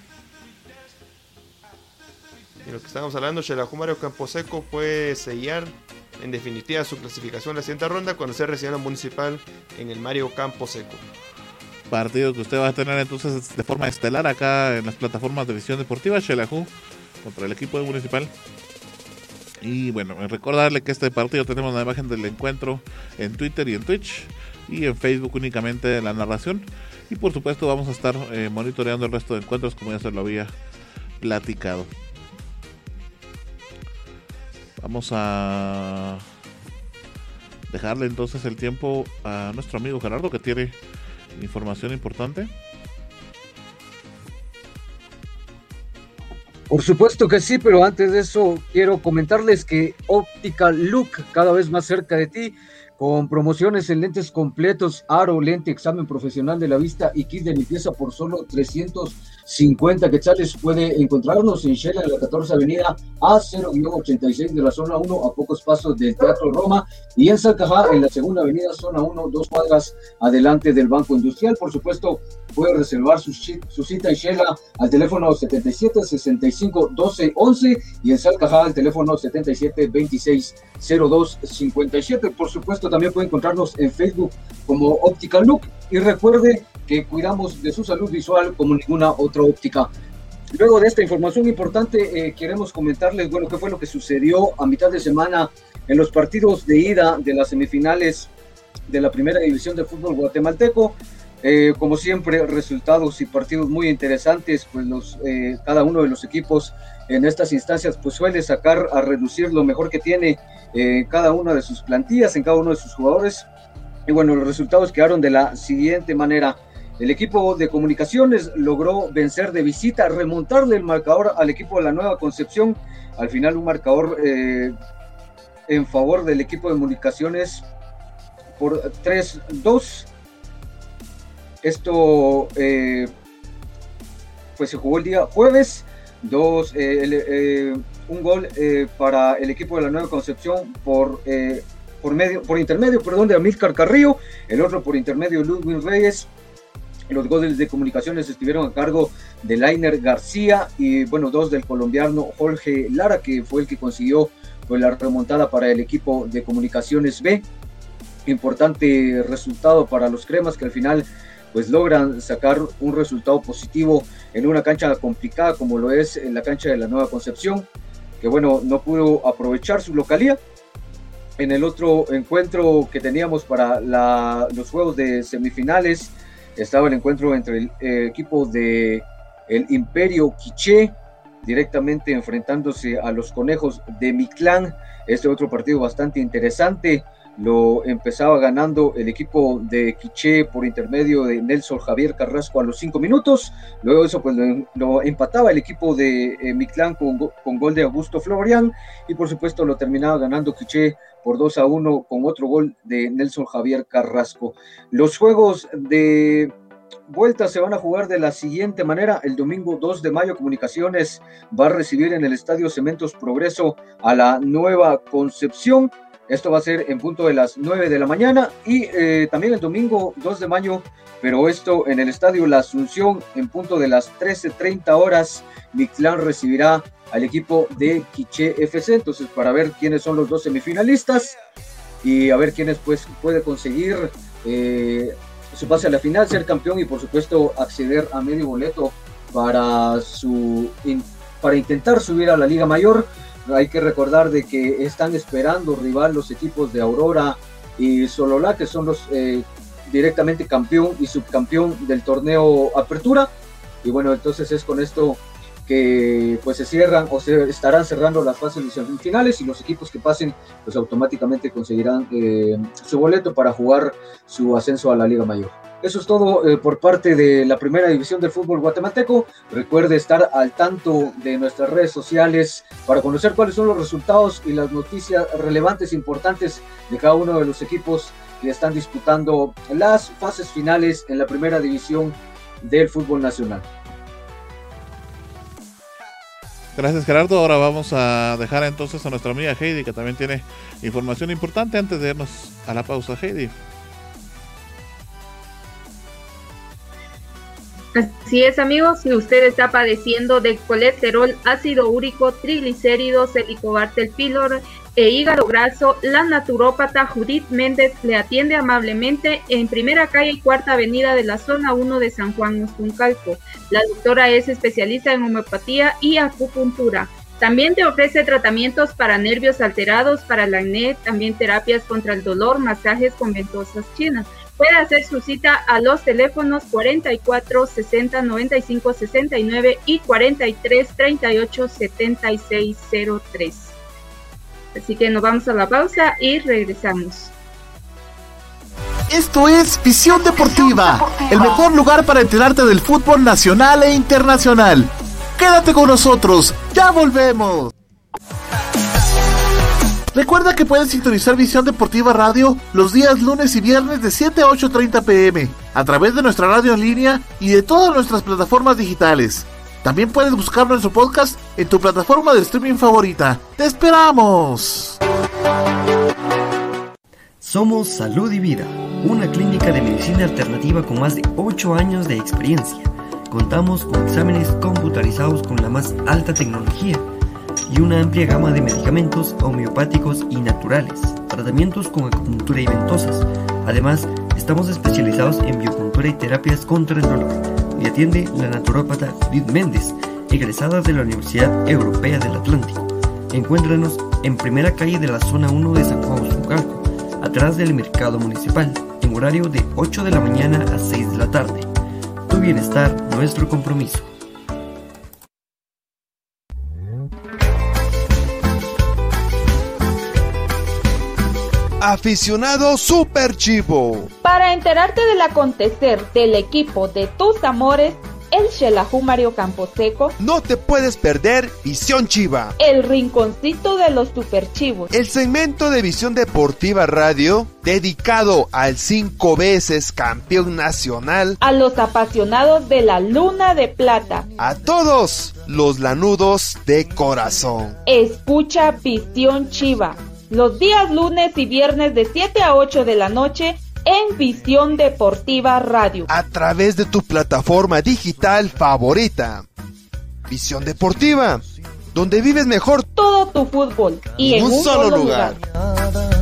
Y lo que estamos hablando, Xelajú Mario Camposeco puede sellar en definitiva su clasificación en la siguiente ronda cuando sea recibido Municipal en el Mario Camposeco. Partido que usted va a tener entonces de forma estelar acá en las plataformas de Visión Deportiva. Xelajú contra el equipo de Municipal. Y bueno, recordarle que este partido tenemos la imagen del encuentro en Twitter y en Twitch, y en Facebook únicamente la narración, y por supuesto vamos a estar eh, monitoreando el resto de encuentros como ya se lo había platicado. Vamos a dejarle entonces el tiempo a nuestro amigo Gerardo, que tiene información importante. Por supuesto que sí, pero antes de eso quiero comentarles que Óptica Look, cada vez más cerca de ti, con promociones en lentes completos, aro, lente, examen profesional de la vista y kit de limpieza por solo trescientos cincuenta quetzales. Puede encontrarnos en Shela, en la catorce Avenida A cero ochenta y seis de la zona uno, a pocos pasos del Teatro Roma, y en Salcajá, en la segunda Avenida, zona uno, dos cuadras adelante del Banco Industrial. Por supuesto, puede reservar su, su cita en Shela al teléfono setenta y siete, sesenta y cinco, doce, once, y en Salcajá al teléfono setenta y siete, veintiséis, cero dos, cincuenta y siete. Por supuesto, también puede encontrarnos en Facebook como Óptica Look, y recuerde que cuidamos de su salud visual como ninguna otra óptica. Luego de esta información importante, eh, queremos comentarles, bueno, qué fue lo que sucedió a mitad de semana en los partidos de ida de las semifinales de la primera división de fútbol guatemalteco. Eh, como siempre, resultados y partidos muy interesantes, pues los, eh, cada uno de los equipos en estas instancias pues suele sacar a reducir lo mejor que tiene eh, cada una de sus plantillas, en cada uno de sus jugadores. Y bueno, los resultados quedaron de la siguiente manera. El equipo de Comunicaciones logró vencer de visita, remontarle el marcador al equipo de la Nueva Concepción. Al final un marcador eh, en favor del equipo de Comunicaciones por tres dos. Esto eh, pues se jugó el día jueves. Dos, eh, el, eh, un gol eh, para el equipo de la Nueva Concepción por, eh, por, medio, por intermedio perdón, de Amílcar Carrillo, el otro por intermedio de Ludwig Reyes. Los goles de Comunicaciones estuvieron a cargo de Lainer García y bueno, dos del colombiano Jorge Lara, que fue el que consiguió pues, la remontada para el equipo de Comunicaciones B. Importante resultado para los cremas, que al final pues logran sacar un resultado positivo en una cancha complicada como lo es en la cancha de la Nueva Concepción, que bueno, no pudo aprovechar su localía. En el otro encuentro que teníamos para la, los juegos de semifinales, estaba el encuentro entre el eh, equipo de el Imperio Quiché, directamente enfrentándose a los Conejos de Mictlán. Este otro partido bastante interesante, lo empezaba ganando el equipo de Quiché por intermedio de Nelson Javier Carrasco a los cinco minutos, luego eso pues lo, lo empataba el equipo de eh, Mictlán con, con gol de Augusto Florian, y por supuesto lo terminaba ganando Quiché por dos a uno con otro gol de Nelson Javier Carrasco. Los juegos de vuelta se van a jugar de la siguiente manera. El domingo dos de mayo, Comunicaciones va a recibir en el Estadio Cementos Progreso a la Nueva Concepción. Esto va a ser en punto de las nueve de la mañana, y eh, también el domingo dos de mayo, pero esto en el Estadio La Asunción en punto de las trece treinta horas, Mictlán recibirá al equipo de Quiché F C, entonces para ver quiénes son los dos semifinalistas y a ver quiénes pues puede conseguir eh, su pase a la final, ser campeón y por supuesto acceder a medio boleto para, su, in, para intentar subir a la Liga Mayor. Hay que recordar de que están esperando rival los equipos de Aurora y Sololá, que son los eh, directamente campeón y subcampeón del torneo Apertura, y bueno, entonces es con esto que pues se cierran o se estarán cerrando las fases de semifinales, y los equipos que pasen pues automáticamente conseguirán eh, su boleto para jugar su ascenso a la Liga Mayor. Eso es todo eh, por parte de la primera división del fútbol guatemalteco. Recuerde estar al tanto de nuestras redes sociales para conocer cuáles son los resultados y las noticias relevantes e importantes de cada uno de los equipos que están disputando las fases finales en la primera división del fútbol nacional. Gracias, Gerardo. Ahora vamos a dejar entonces a nuestra amiga Heidi, que también tiene información importante antes de irnos a la pausa. Heidi. Así es, amigos, si usted está padeciendo de colesterol, ácido úrico, triglicéridos, helicobacter pylori e hígado graso, la naturópata Judith Méndez le atiende amablemente en Primera Calle y Cuarta Avenida de la Zona uno de San Juan Ostuncalco. La doctora es especialista en homeopatía y acupuntura. También te ofrece tratamientos para nervios alterados, para el acné, también terapias contra el dolor, masajes con ventosas chinas. Puede hacer su cita a los teléfonos cuarenta y cuatro, sesenta, noventa y cinco, sesenta y nueve y cuarenta y tres, treinta y ocho, setenta y seis cero tres. Así que nos vamos a la pausa y regresamos. Esto es Visión Deportiva, el mejor lugar para enterarte del fútbol nacional e internacional. Quédate con nosotros, ya volvemos. Recuerda que puedes sintonizar Visión Deportiva Radio los días lunes y viernes de siete a ocho treinta pm a través de nuestra radio en línea y de todas nuestras plataformas digitales. También puedes buscar nuestro podcast en tu plataforma de streaming favorita. ¡Te esperamos! Somos Salud y Vida, una clínica de medicina alternativa con más de ocho años de experiencia. Contamos con exámenes computarizados con la más alta tecnología y una amplia gama de medicamentos homeopáticos y naturales, tratamientos con acupuntura y ventosas. Además, estamos especializados en biopuntura y terapias contra el dolor. Y atiende la naturópata Judith Méndez, egresada de la Universidad Europea del Atlántico. Encuéntranos en Primera Calle de la Zona uno de San Juan Ostuncalco, atrás del Mercado Municipal, en horario de ocho de la mañana a seis de la tarde. Tu bienestar, nuestro compromiso. Aficionado Super Chivo. Para enterarte del acontecer del equipo de tus amores, el Xelajú Mario Camposeco. No te puedes perder Visión Chiva, el rinconcito de los Super Chivos. El segmento de Visión Deportiva Radio dedicado al cinco veces campeón nacional, a los apasionados de la Luna de Plata, a todos los lanudos de corazón. Escucha Visión Chiva los días lunes y viernes de siete a ocho de la noche en Visión Deportiva Radio. A través de tu plataforma digital favorita. Visión Deportiva, donde vives mejor todo tu fútbol y en un, un solo, solo lugar. lugar.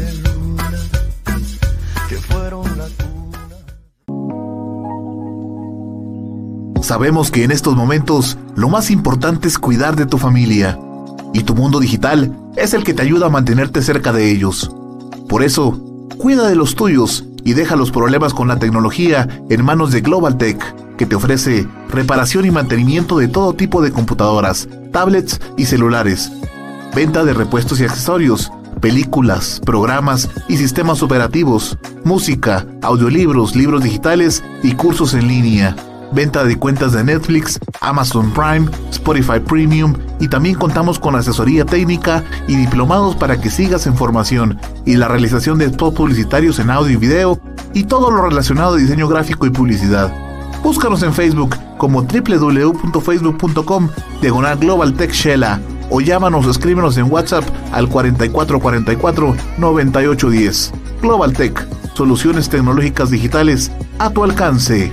Sabemos que en estos momentos lo más importante es cuidar de tu familia, y tu mundo digital es el que te ayuda a mantenerte cerca de ellos. Por eso, cuida de los tuyos y deja los problemas con la tecnología en manos de Global Tech, que te ofrece reparación y mantenimiento de todo tipo de computadoras, tablets y celulares, venta de repuestos y accesorios, películas, programas y sistemas operativos, música, audiolibros, libros digitales y cursos en línea, venta de cuentas de Netflix, Amazon Prime, Spotify Premium, y también contamos con asesoría técnica y diplomados para que sigas en formación y la realización de spots publicitarios en audio y video y todo lo relacionado a diseño gráfico y publicidad. Búscanos en Facebook como doble u doble u doble u punto facebook punto com diagonal Global Tech Shela o llámanos o escríbenos en WhatsApp al cuarenta y cuatro cuarenta y cuatro noventa y ocho diez. Global Tech, soluciones tecnológicas digitales a tu alcance.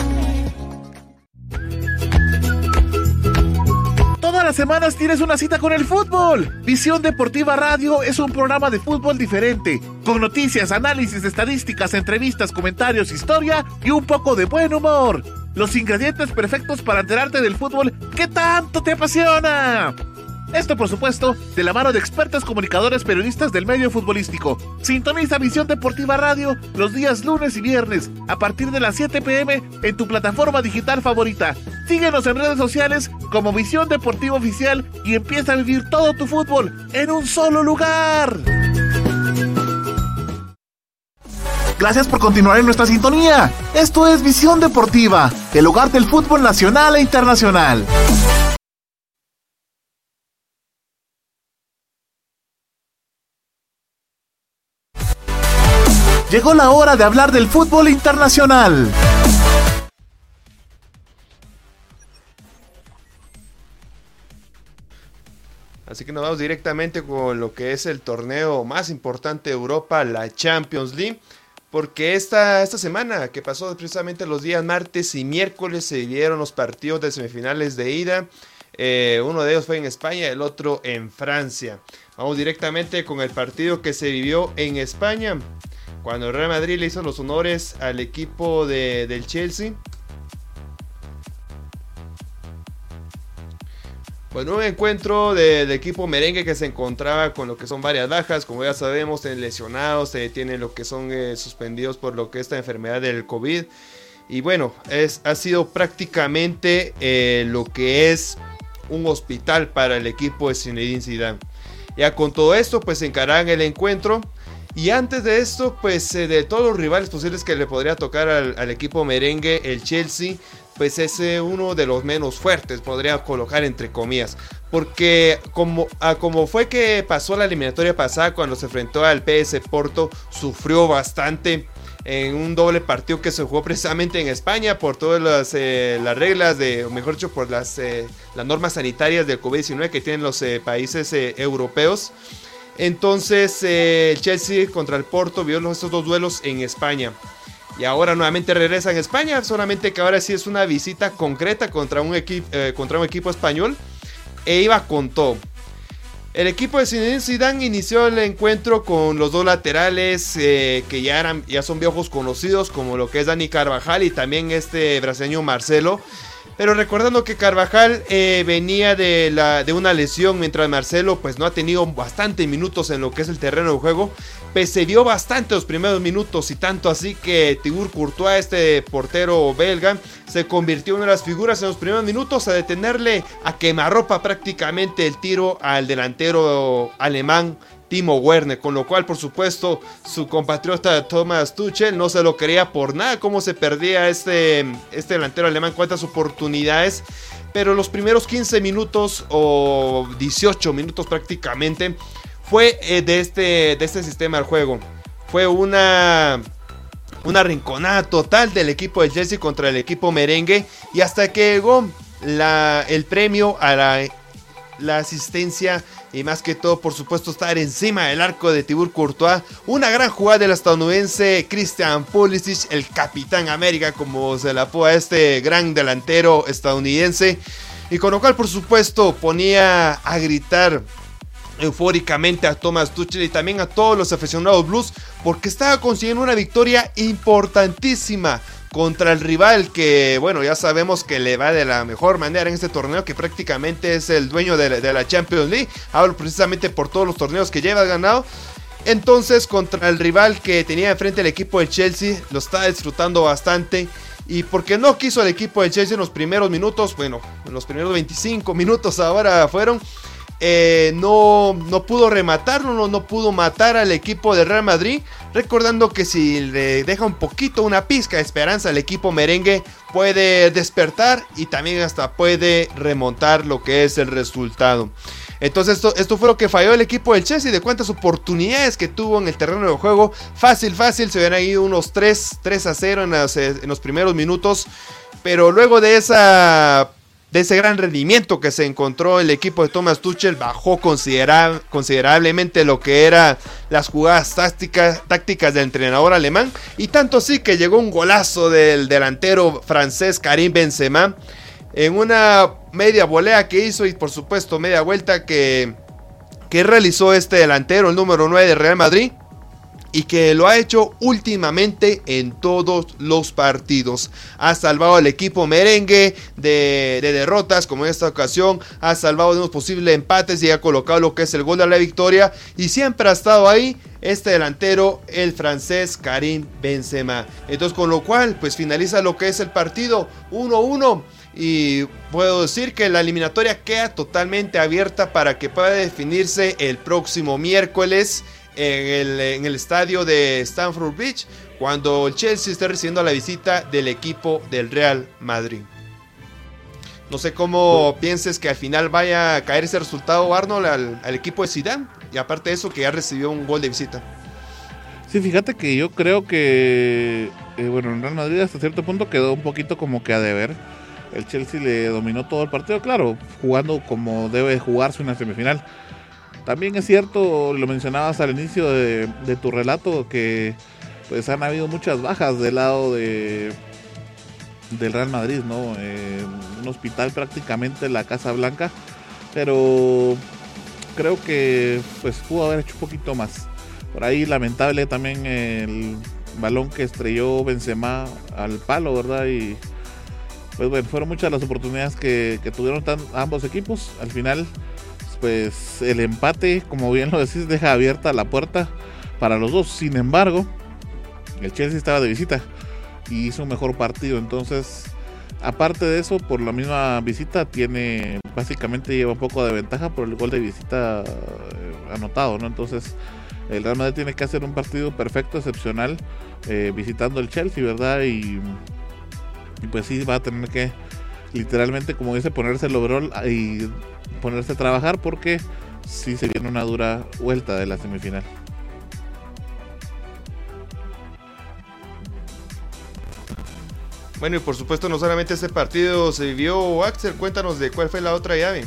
Las semanas tienes una cita con el fútbol. Visión Deportiva Radio es un programa de fútbol diferente, con noticias, análisis, estadísticas, entrevistas, comentarios, historia y un poco de buen humor. Los ingredientes perfectos para enterarte del fútbol que tanto te apasiona. Esto, por supuesto, de la mano de expertos comunicadores periodistas del medio futbolístico. Sintoniza Visión Deportiva Radio los días lunes y viernes a partir de las siete pm en tu plataforma digital favorita. Síguenos en redes sociales como Visión Deportiva Oficial y empieza a vivir todo tu fútbol en un solo lugar. Gracias por continuar en nuestra sintonía. Esto es Visión Deportiva, el hogar del fútbol nacional e internacional. Llegó la hora de hablar del fútbol internacional. Así que nos vamos directamente con lo que es el torneo más importante de Europa, la Champions League. Porque esta, esta semana que pasó precisamente los días martes y miércoles se vivieron los partidos de semifinales de ida. Eh, uno de ellos fue en España, el otro en Francia. Vamos directamente con el partido que se vivió en España, cuando el Real Madrid le hizo los honores al equipo de, del Chelsea. Bueno, un encuentro del de equipo merengue que se encontraba con lo que son varias bajas. Como ya sabemos, tienen lesionados, eh, tienen lo que son eh, suspendidos por lo que es esta enfermedad del COVID. Y bueno, es, ha sido prácticamente eh, lo que es un hospital para el equipo de Zinedine Zidane. Ya con todo esto, pues encararán el encuentro. Y antes de esto, pues eh, de todos los rivales posibles que le podría tocar al, al equipo merengue, el Chelsea, pues es eh, uno de los menos fuertes, podría colocar entre comillas. Porque como, ah, como fue que pasó la eliminatoria pasada cuando se enfrentó al P S Porto, sufrió bastante en un doble partido que se jugó precisamente en España por todas las, eh, las reglas, de, o mejor dicho, por las, eh, las normas sanitarias del COVID diecinueve que tienen los eh, países eh, europeos. Entonces eh, el Chelsea contra el Porto vio estos dos duelos en España. Y ahora nuevamente regresa en España, solamente que ahora sí es una visita concreta contra un, equi- eh, contra un equipo español. E iba con todo. El equipo de Zinedine Zidane inició el encuentro con los dos laterales eh, que ya, eran, ya son viejos conocidos, como lo que es Dani Carvajal y también este brasileño Marcelo. Pero recordando que Carvajal eh, venía de, la, de una lesión, mientras Marcelo pues no ha tenido bastantes minutos en lo que es el terreno de juego. Se vio bastante los primeros minutos, y tanto así que Thibaut Courtois, este portero belga, se convirtió en una de las figuras en los primeros minutos a detenerle a quemarropa prácticamente el tiro al delantero alemán Timo Werner, con lo cual por supuesto su compatriota Thomas Tuchel no se lo creía por nada, cómo se perdía este, este delantero alemán, cuántas oportunidades. Pero los primeros quince minutos o dieciocho minutos prácticamente fue eh, de, este, de este sistema del juego. Fue una, una rinconada total del equipo del Chelsea contra el equipo merengue, y hasta que llegó la, el premio a la la asistencia y más que todo, por supuesto, estar encima del arco de Thibaut Courtois. Una gran jugada del estadounidense Christian Pulisic, el Capitán América, como se le apoda a este gran delantero estadounidense. Y con lo cual, por supuesto, ponía a gritar eufóricamente a Thomas Tuchel y también a todos los aficionados blues, porque estaba consiguiendo una victoria importantísima contra el rival que, bueno, ya sabemos que le va de la mejor manera en este torneo, que prácticamente es el dueño de la, de la Champions League. Hablo precisamente por todos los torneos que lleva ganado. Entonces, contra el rival que tenía enfrente el equipo del Chelsea, lo estaba disfrutando bastante. Y porque no quiso el equipo del Chelsea en los primeros minutos, bueno, en los primeros veinticinco minutos ahora fueron, eh, no, no pudo rematarlo, no, no pudo matar al equipo del Real Madrid. Recordando que si le deja un poquito, una pizca de esperanza al equipo merengue, puede despertar y también hasta puede remontar lo que es el resultado. Entonces esto, esto fue lo que falló el equipo del Chelsea. De cuántas oportunidades que tuvo en el terreno de juego, fácil, fácil, se hubieran ido unos tres a cero en, las, en los primeros minutos. Pero luego de esa... de ese gran rendimiento que se encontró el equipo de Thomas Tuchel, bajó considera- considerablemente lo que eran las jugadas tácticas, tácticas del entrenador alemán, y tanto así que llegó un golazo del delantero francés Karim Benzema, en una media volea que hizo y por supuesto media vuelta que, que realizó este delantero, el número nueve de Real Madrid, y que lo ha hecho últimamente en todos los partidos. Ha salvado al equipo merengue de, de derrotas, como en esta ocasión. Ha salvado de unos posibles empates y ha colocado lo que es el gol de la victoria. Y siempre ha estado ahí este delantero, el francés Karim Benzema. Entonces, con lo cual, pues finaliza lo que es el partido uno uno. Y puedo decir que la eliminatoria queda totalmente abierta para que pueda definirse el próximo miércoles En el, en el estadio de Stamford Bridge, cuando el Chelsea esté recibiendo la visita del equipo del Real Madrid. No sé cómo pienses que al final vaya a caer ese resultado, Arnold, al, al equipo de Zidane, y aparte de eso que ya recibió un gol de visita. Sí, fíjate que yo creo que eh, bueno, el Real Madrid hasta cierto punto quedó un poquito como que a deber. El Chelsea le dominó todo el partido, claro, jugando como debe jugarse una semifinal. También es cierto, lo mencionabas al inicio de, de tu relato, que pues han habido muchas bajas del lado de del Real Madrid, ¿no? Eh, un hospital prácticamente en la Casa Blanca, pero creo que pues pudo haber hecho un poquito más. Por ahí lamentable también el balón que estrelló Benzema al palo, ¿verdad? Y pues bueno, fueron muchas las oportunidades que, que tuvieron tan, ambos equipos. Al final, pues el empate, como bien lo decís, deja abierta la puerta para los dos. Sin embargo, el Chelsea estaba de visita y hizo un mejor partido. Entonces, aparte de eso, por la misma visita, tiene básicamente lleva un poco de ventaja por el gol de visita eh, anotado, ¿no? Entonces, el Real Madrid tiene que hacer un partido perfecto, excepcional, eh, visitando el Chelsea, ¿verdad? Y, y pues sí, va a tener que, literalmente, como dice, ponerse el overall y ponerse a trabajar, porque sí se viene una dura vuelta de la semifinal. Bueno, y por supuesto no solamente este partido se vivió, Axel, cuéntanos de cuál fue la otra llave.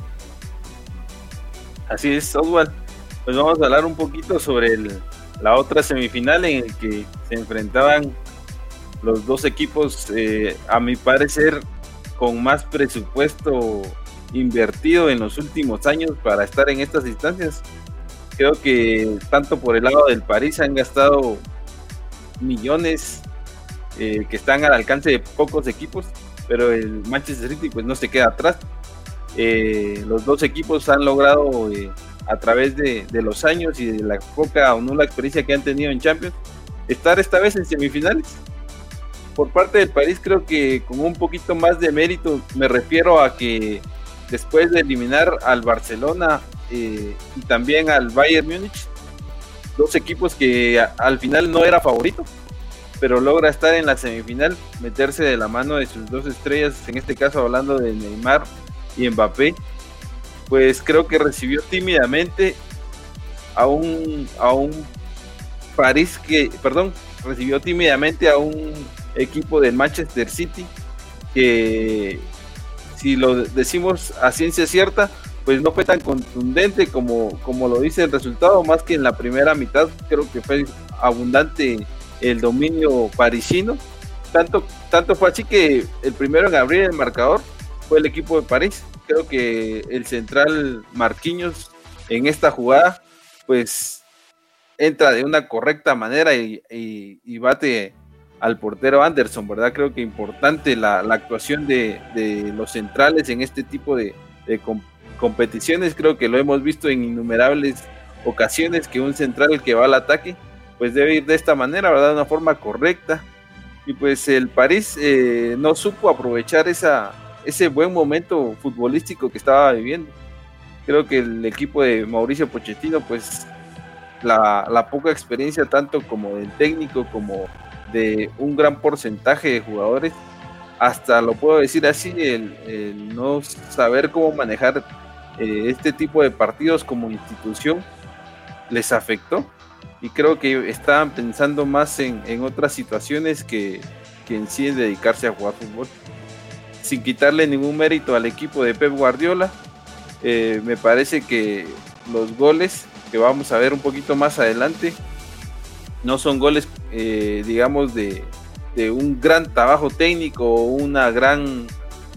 Así es, Oswald. Pues vamos a hablar un poquito sobre el, la otra semifinal en el que se enfrentaban los dos equipos, eh, a mi parecer, con más presupuesto invertido en los últimos años para estar en estas instancias. Creo que tanto por el lado del París han gastado millones eh, que están al alcance de pocos equipos, pero el Manchester City pues no se queda atrás. Eh, los dos equipos han logrado eh, a través de, de los años y de la poca o nula experiencia que han tenido en Champions, estar esta vez en semifinales. Por parte del París, creo que con un poquito más de mérito, me refiero a que después de eliminar al Barcelona eh, y también al Bayern Múnich, dos equipos que a, al final no era favorito, pero logra estar en la semifinal, meterse de la mano de sus dos estrellas, en este caso hablando de Neymar y Mbappé, pues creo que recibió tímidamente a un a un París que, perdón, recibió tímidamente a un equipo del Manchester City que, si lo decimos a ciencia cierta, pues no fue tan contundente como, como lo dice el resultado, más que en la primera mitad. Creo que fue abundante el dominio parisino, tanto, tanto fue así que el primero en abrir el marcador fue el equipo de París. Creo que el central Marquinhos en esta jugada pues entra de una correcta manera y, y, y bate al portero Anderson, ¿verdad? Creo que importante la, la actuación de, de los centrales en este tipo de, de comp- competiciones. Creo que lo hemos visto en innumerables ocasiones, que un central que va al ataque pues debe ir de esta manera, ¿verdad? De una forma correcta. Y pues el París eh, no supo aprovechar esa, ese buen momento futbolístico que estaba viviendo. Creo que el equipo de Mauricio Pochettino, pues la, la poca experiencia tanto como del técnico como de un gran porcentaje de jugadores, hasta lo puedo decir así, el, el no saber cómo manejar eh, este tipo de partidos como institución les afectó, y creo que estaban pensando más en, en otras situaciones que, que en sí en dedicarse a jugar fútbol. Sin quitarle ningún mérito al equipo de Pep Guardiola, eh, me parece que los goles que vamos a ver un poquito más adelante no son goles, eh, digamos, de, de un gran trabajo técnico o una gran,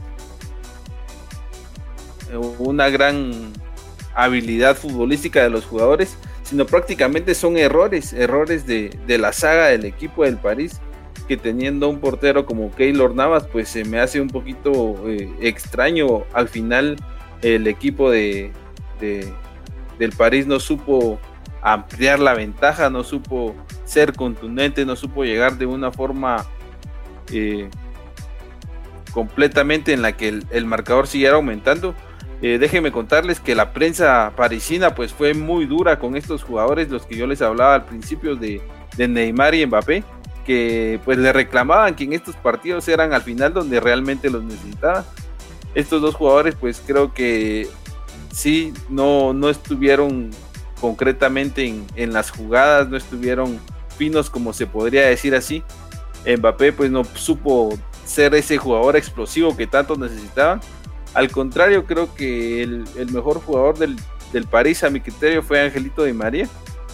una gran habilidad futbolística de los jugadores, sino prácticamente son errores, errores de, de la saga del equipo del París, que teniendo un portero como Keylor Navas, pues se me hace un poquito eh, extraño. Al final el equipo de, de, del París no supo ampliar la ventaja, no supo ser contundente, no supo llegar de una forma eh, completamente en la que el, el marcador siguiera aumentando. Eh, déjenme contarles que la prensa parisina pues fue muy dura con estos jugadores, los que yo les hablaba al principio de, de Neymar y Mbappé, que pues le reclamaban que en estos partidos eran al final donde realmente los necesitaba. Estos dos jugadores pues creo que sí, no, no estuvieron concretamente en, en las jugadas, no estuvieron finos, como se podría decir así. Mbappé pues no supo ser ese jugador explosivo que tanto necesitaban. Al contrario, creo que el, el mejor jugador del, del París a mi criterio fue Angelito Di María,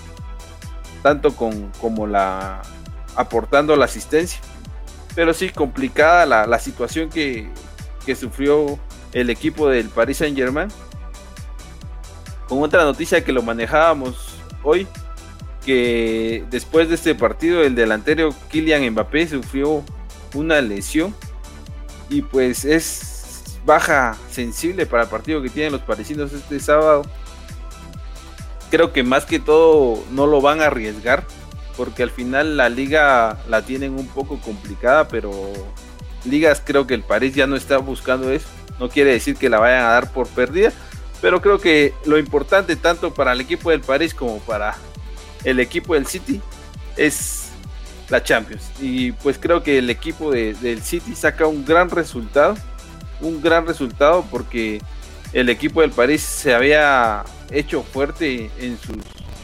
tanto con, como la aportando la asistencia. Pero sí, complicada la, la situación que, que sufrió el equipo del Paris Saint-Germain. Con otra noticia que lo manejábamos hoy, que después de este partido el delantero Kylian Mbappé sufrió una lesión y pues es baja sensible para el partido que tienen los parisinos este sábado. Creo que más que todo no lo van a arriesgar, porque al final la liga la tienen un poco complicada, pero ligas creo que el París ya no está buscando eso. No quiere decir que la vayan a dar por perdida, pero creo que lo importante tanto para el equipo del París como para el equipo del City es la Champions. Y pues creo que el equipo de, del City saca un gran resultado, un gran resultado porque el equipo del París se había hecho fuerte en, sus,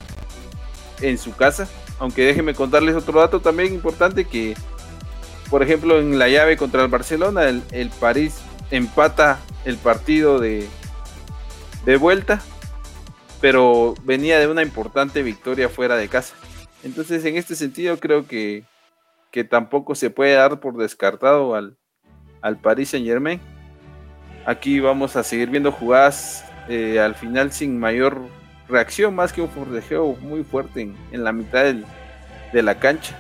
en su casa. Aunque déjenme contarles otro dato también importante, que por ejemplo en la llave contra el Barcelona, el, el París empata el partido de, de vuelta, pero venía de una importante victoria fuera de casa. Entonces en este sentido creo que, que tampoco se puede dar por descartado al, al Paris Saint-Germain. Aquí vamos a seguir viendo jugadas eh, al final sin mayor reacción, más que un forcejeo muy fuerte en, en la mitad del, de la cancha.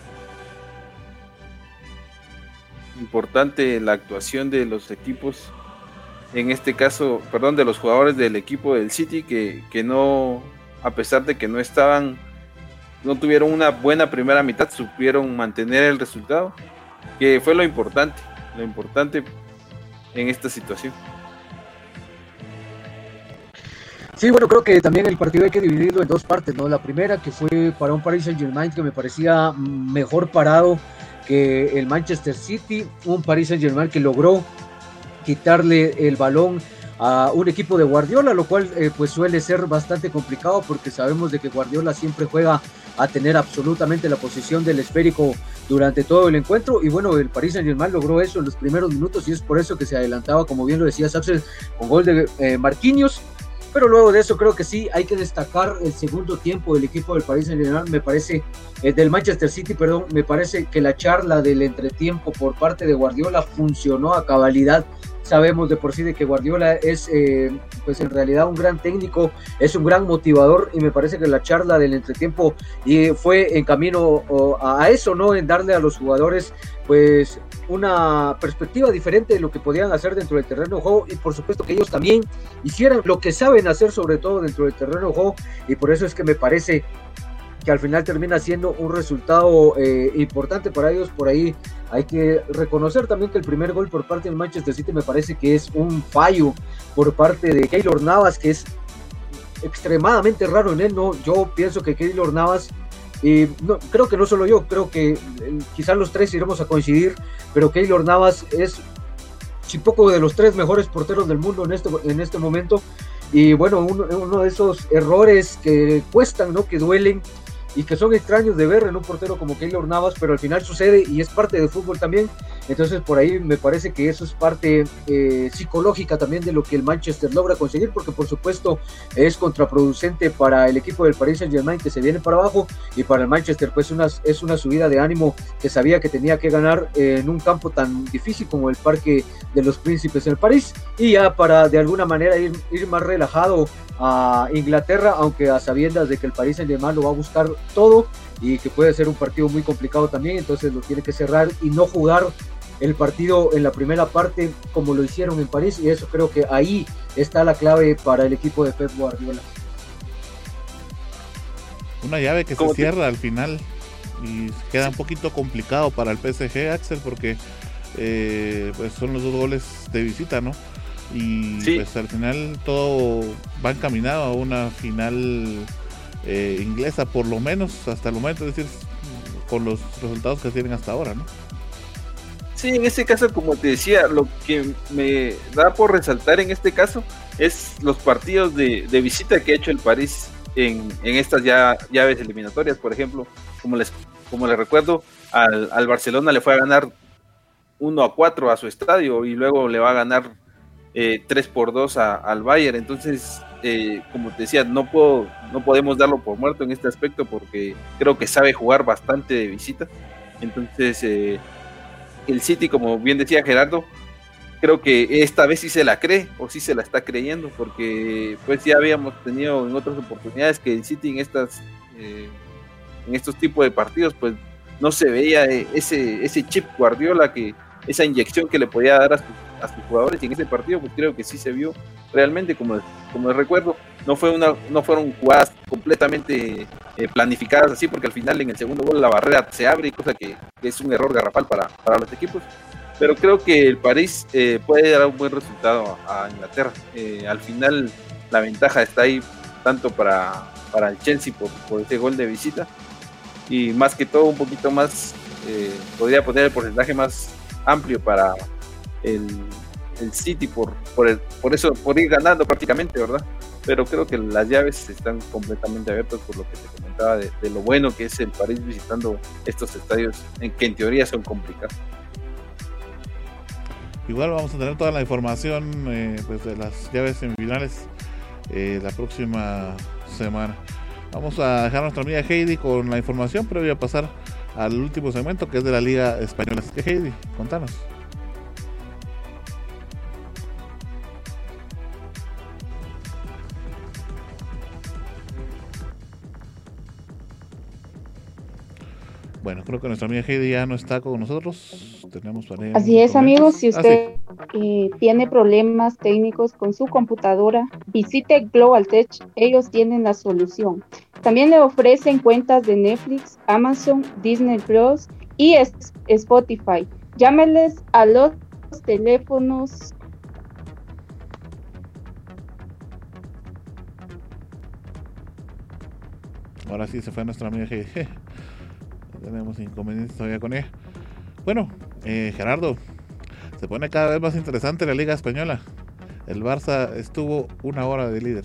Importante la actuación de los equipos, en este caso, perdón, de los jugadores del equipo del City, que, que no, a pesar de que no estaban, no tuvieron una buena primera mitad, supieron mantener el resultado, que fue lo importante, lo importante en esta situación. Sí, bueno, creo que también el partido hay que dividirlo en dos partes, ¿no? La primera, que fue para un Paris Saint-Germain que me parecía mejor parado que el Manchester City, un Paris Saint-Germain que logró quitarle el balón a un equipo de Guardiola, lo cual eh, pues suele ser bastante complicado porque sabemos de que Guardiola siempre juega a tener absolutamente la posición del esférico durante todo el encuentro, y bueno, el Paris Saint-Germain logró eso en los primeros minutos y es por eso que se adelantaba, como bien lo decía Axel, con gol de eh, Marquinhos. Pero luego de eso creo que sí hay que destacar el segundo tiempo del equipo del Paris Saint-Germain, me parece, eh, del Manchester City, perdón, me parece que la charla del entretiempo por parte de Guardiola funcionó a cabalidad. Sabemos de por sí de que Guardiola es eh, pues en realidad un gran técnico, es un gran motivador, y me parece que la charla del entretiempo y fue en camino o, a eso, ¿no? En darle a los jugadores pues una perspectiva diferente de lo que podían hacer dentro del terreno de juego, y por supuesto que ellos también hicieran lo que saben hacer, sobre todo dentro del terreno de juego, y por eso es que me parece que al final termina siendo un resultado eh, importante para ellos. Por ahí hay que reconocer también que el primer gol por parte del Manchester City me parece que es un fallo por parte de Keylor Navas, que es extremadamente raro en él, ¿no? Yo pienso que Keylor Navas, y no, creo que no solo yo, creo que eh, quizás los tres iremos a coincidir, pero Keylor Navas es, si poco, de los tres mejores porteros del mundo en este, en este momento, y bueno, uno, uno de esos errores que cuestan, ¿no? Que duelen, y que son extraños de ver en un portero como Keylor Navas, pero al final sucede y es parte del fútbol también. Entonces por ahí me parece que eso es parte eh, psicológica también de lo que el Manchester logra conseguir, porque por supuesto es contraproducente para el equipo del Paris Saint-Germain, que se viene para abajo, y para el Manchester pues una, es una subida de ánimo que sabía que tenía que ganar eh, en un campo tan difícil como el Parque de los Príncipes en París, y ya para de alguna manera ir, ir más relajado a Inglaterra, aunque a sabiendas de que el Paris Saint-Germain lo va a buscar todo y que puede ser un partido muy complicado también, entonces lo tiene que cerrar y no jugar el partido en la primera parte como lo hicieron en París, y eso creo que ahí está la clave para el equipo de Pep Guardiola. Una llave que se cierra al final y queda un poquito complicado para el P S G, Axel, porque eh, pues son los dos goles de visita, ¿no? Y sí, pues al final todo va encaminado a una final eh, inglesa, por lo menos hasta el momento, es decir, con los resultados que tienen hasta ahora, ¿no? Sí, en este caso, como te decía, lo que me da por resaltar en este caso es los partidos de, de visita que ha hecho el París en, en estas ya llaves eliminatorias. Por ejemplo, como les como les recuerdo, al, al Barcelona le fue a ganar uno a cuatro a su estadio y luego le va a ganar eh, tres por dos a, al Bayern. Entonces, eh, como te decía, no puedo no podemos darlo por muerto en este aspecto, porque creo que sabe jugar bastante de visita. Entonces, eh, el City, como bien decía Gerardo, creo que esta vez sí se la cree, o sí se la está creyendo, porque pues ya habíamos tenido en otras oportunidades que el City en estas eh, en estos tipos de partidos pues no se veía ese ese chip Guardiola, que esa inyección que le podía dar a sus, a sus jugadores, y en ese partido pues creo que sí se vio realmente. Como, como les recuerdo, no fue una no fueron jugadas completamente eh, planificadas así, porque al final en el segundo gol la barrera se abre, cosa que, que es un error garrafal para, para los equipos. Pero creo que el París eh, puede dar un buen resultado a, a Inglaterra. Eh, al final la ventaja está ahí tanto para, para el Chelsea por, por ese gol de visita, y más que todo un poquito más, eh, podría poner el porcentaje más amplio para el, el City por, por, el, por eso, por ir ganando prácticamente, ¿verdad? Pero creo que las llaves están completamente abiertas, por lo que te comentaba de, de lo bueno que es el París visitando estos estadios en que en teoría son complicados. Igual vamos a tener toda la información eh, pues de las llaves semifinales eh, la próxima semana. Vamos a dejar a nuestra amiga Heidi con la información, pero voy a pasar al último segmento, que es de la Liga Española. Así que Heidi, contanos. Bueno, creo que nuestra amiga Heidi ya no está con nosotros. Tenemos para Así es, amigos. Si usted ah, sí. eh, tiene problemas técnicos con su computadora, visite Global Tech. Ellos tienen la solución. También le ofrecen cuentas de Netflix, Amazon, Disney Plus y Spotify. Llámeles a los teléfonos. Ahora sí se fue nuestra amiga Heidi. Tenemos inconvenientes todavía con ella. Bueno, eh, Gerardo, se pone cada vez más interesante la Liga Española. el Barça estuvo una hora de líder.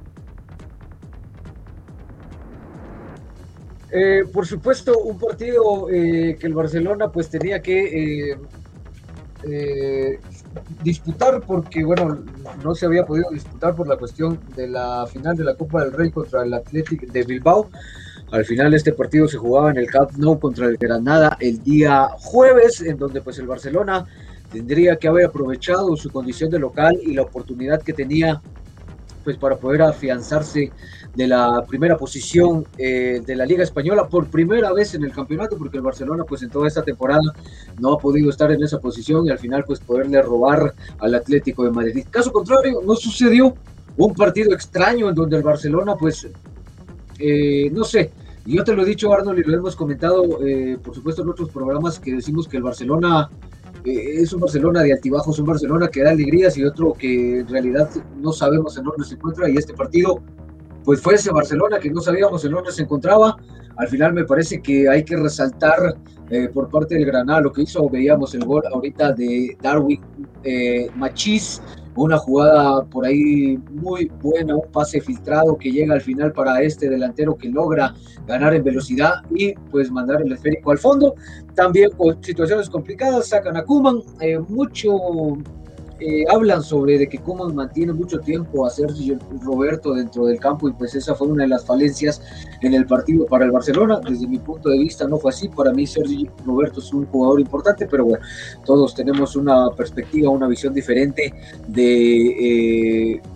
Eh, por supuesto, un partido eh, que el Barcelona pues tenía que eh, eh, disputar porque, bueno, no se había podido disputar por la cuestión de la final de la Copa del Rey contra el Athletic de Bilbao. Al final este partido se jugaba en el Camp Nou contra el Granada el día jueves, en donde pues el Barcelona tendría que haber aprovechado su condición de local y la oportunidad que tenía pues para poder afianzarse de la primera posición eh, de la Liga Española por primera vez en el campeonato, porque el Barcelona pues en toda esta temporada no ha podido estar en esa posición y al final pues poderle robar al Atlético de Madrid. Caso contrario, no sucedió. Un partido extraño en donde el Barcelona pues eh, no sé, yo te lo he dicho, Arnold, y lo hemos comentado eh, por supuesto en otros programas, que decimos que el Barcelona eh, es un Barcelona de altibajos, un Barcelona que da alegrías y otro que en realidad no sabemos en dónde se encuentra, y este partido pues fue ese Barcelona que no sabíamos en dónde se encontraba. Al final me parece que hay que resaltar eh, por parte del Granada lo que hizo. Veíamos el gol ahorita de Darwin eh, Machís, una jugada por ahí muy buena, un pase filtrado que llega al final para este delantero que logra ganar en velocidad y pues mandar el esférico al fondo. También con situaciones complicadas, sacan a Koeman, eh, mucho... Eh, hablan sobre de que Koeman mantiene mucho tiempo a Sergio Roberto dentro del campo y pues esa fue una de las falencias en el partido para el Barcelona. Desde mi punto de vista no fue así. Para mí Sergio Roberto es un jugador importante, pero bueno, todos tenemos una perspectiva, una visión diferente de eh,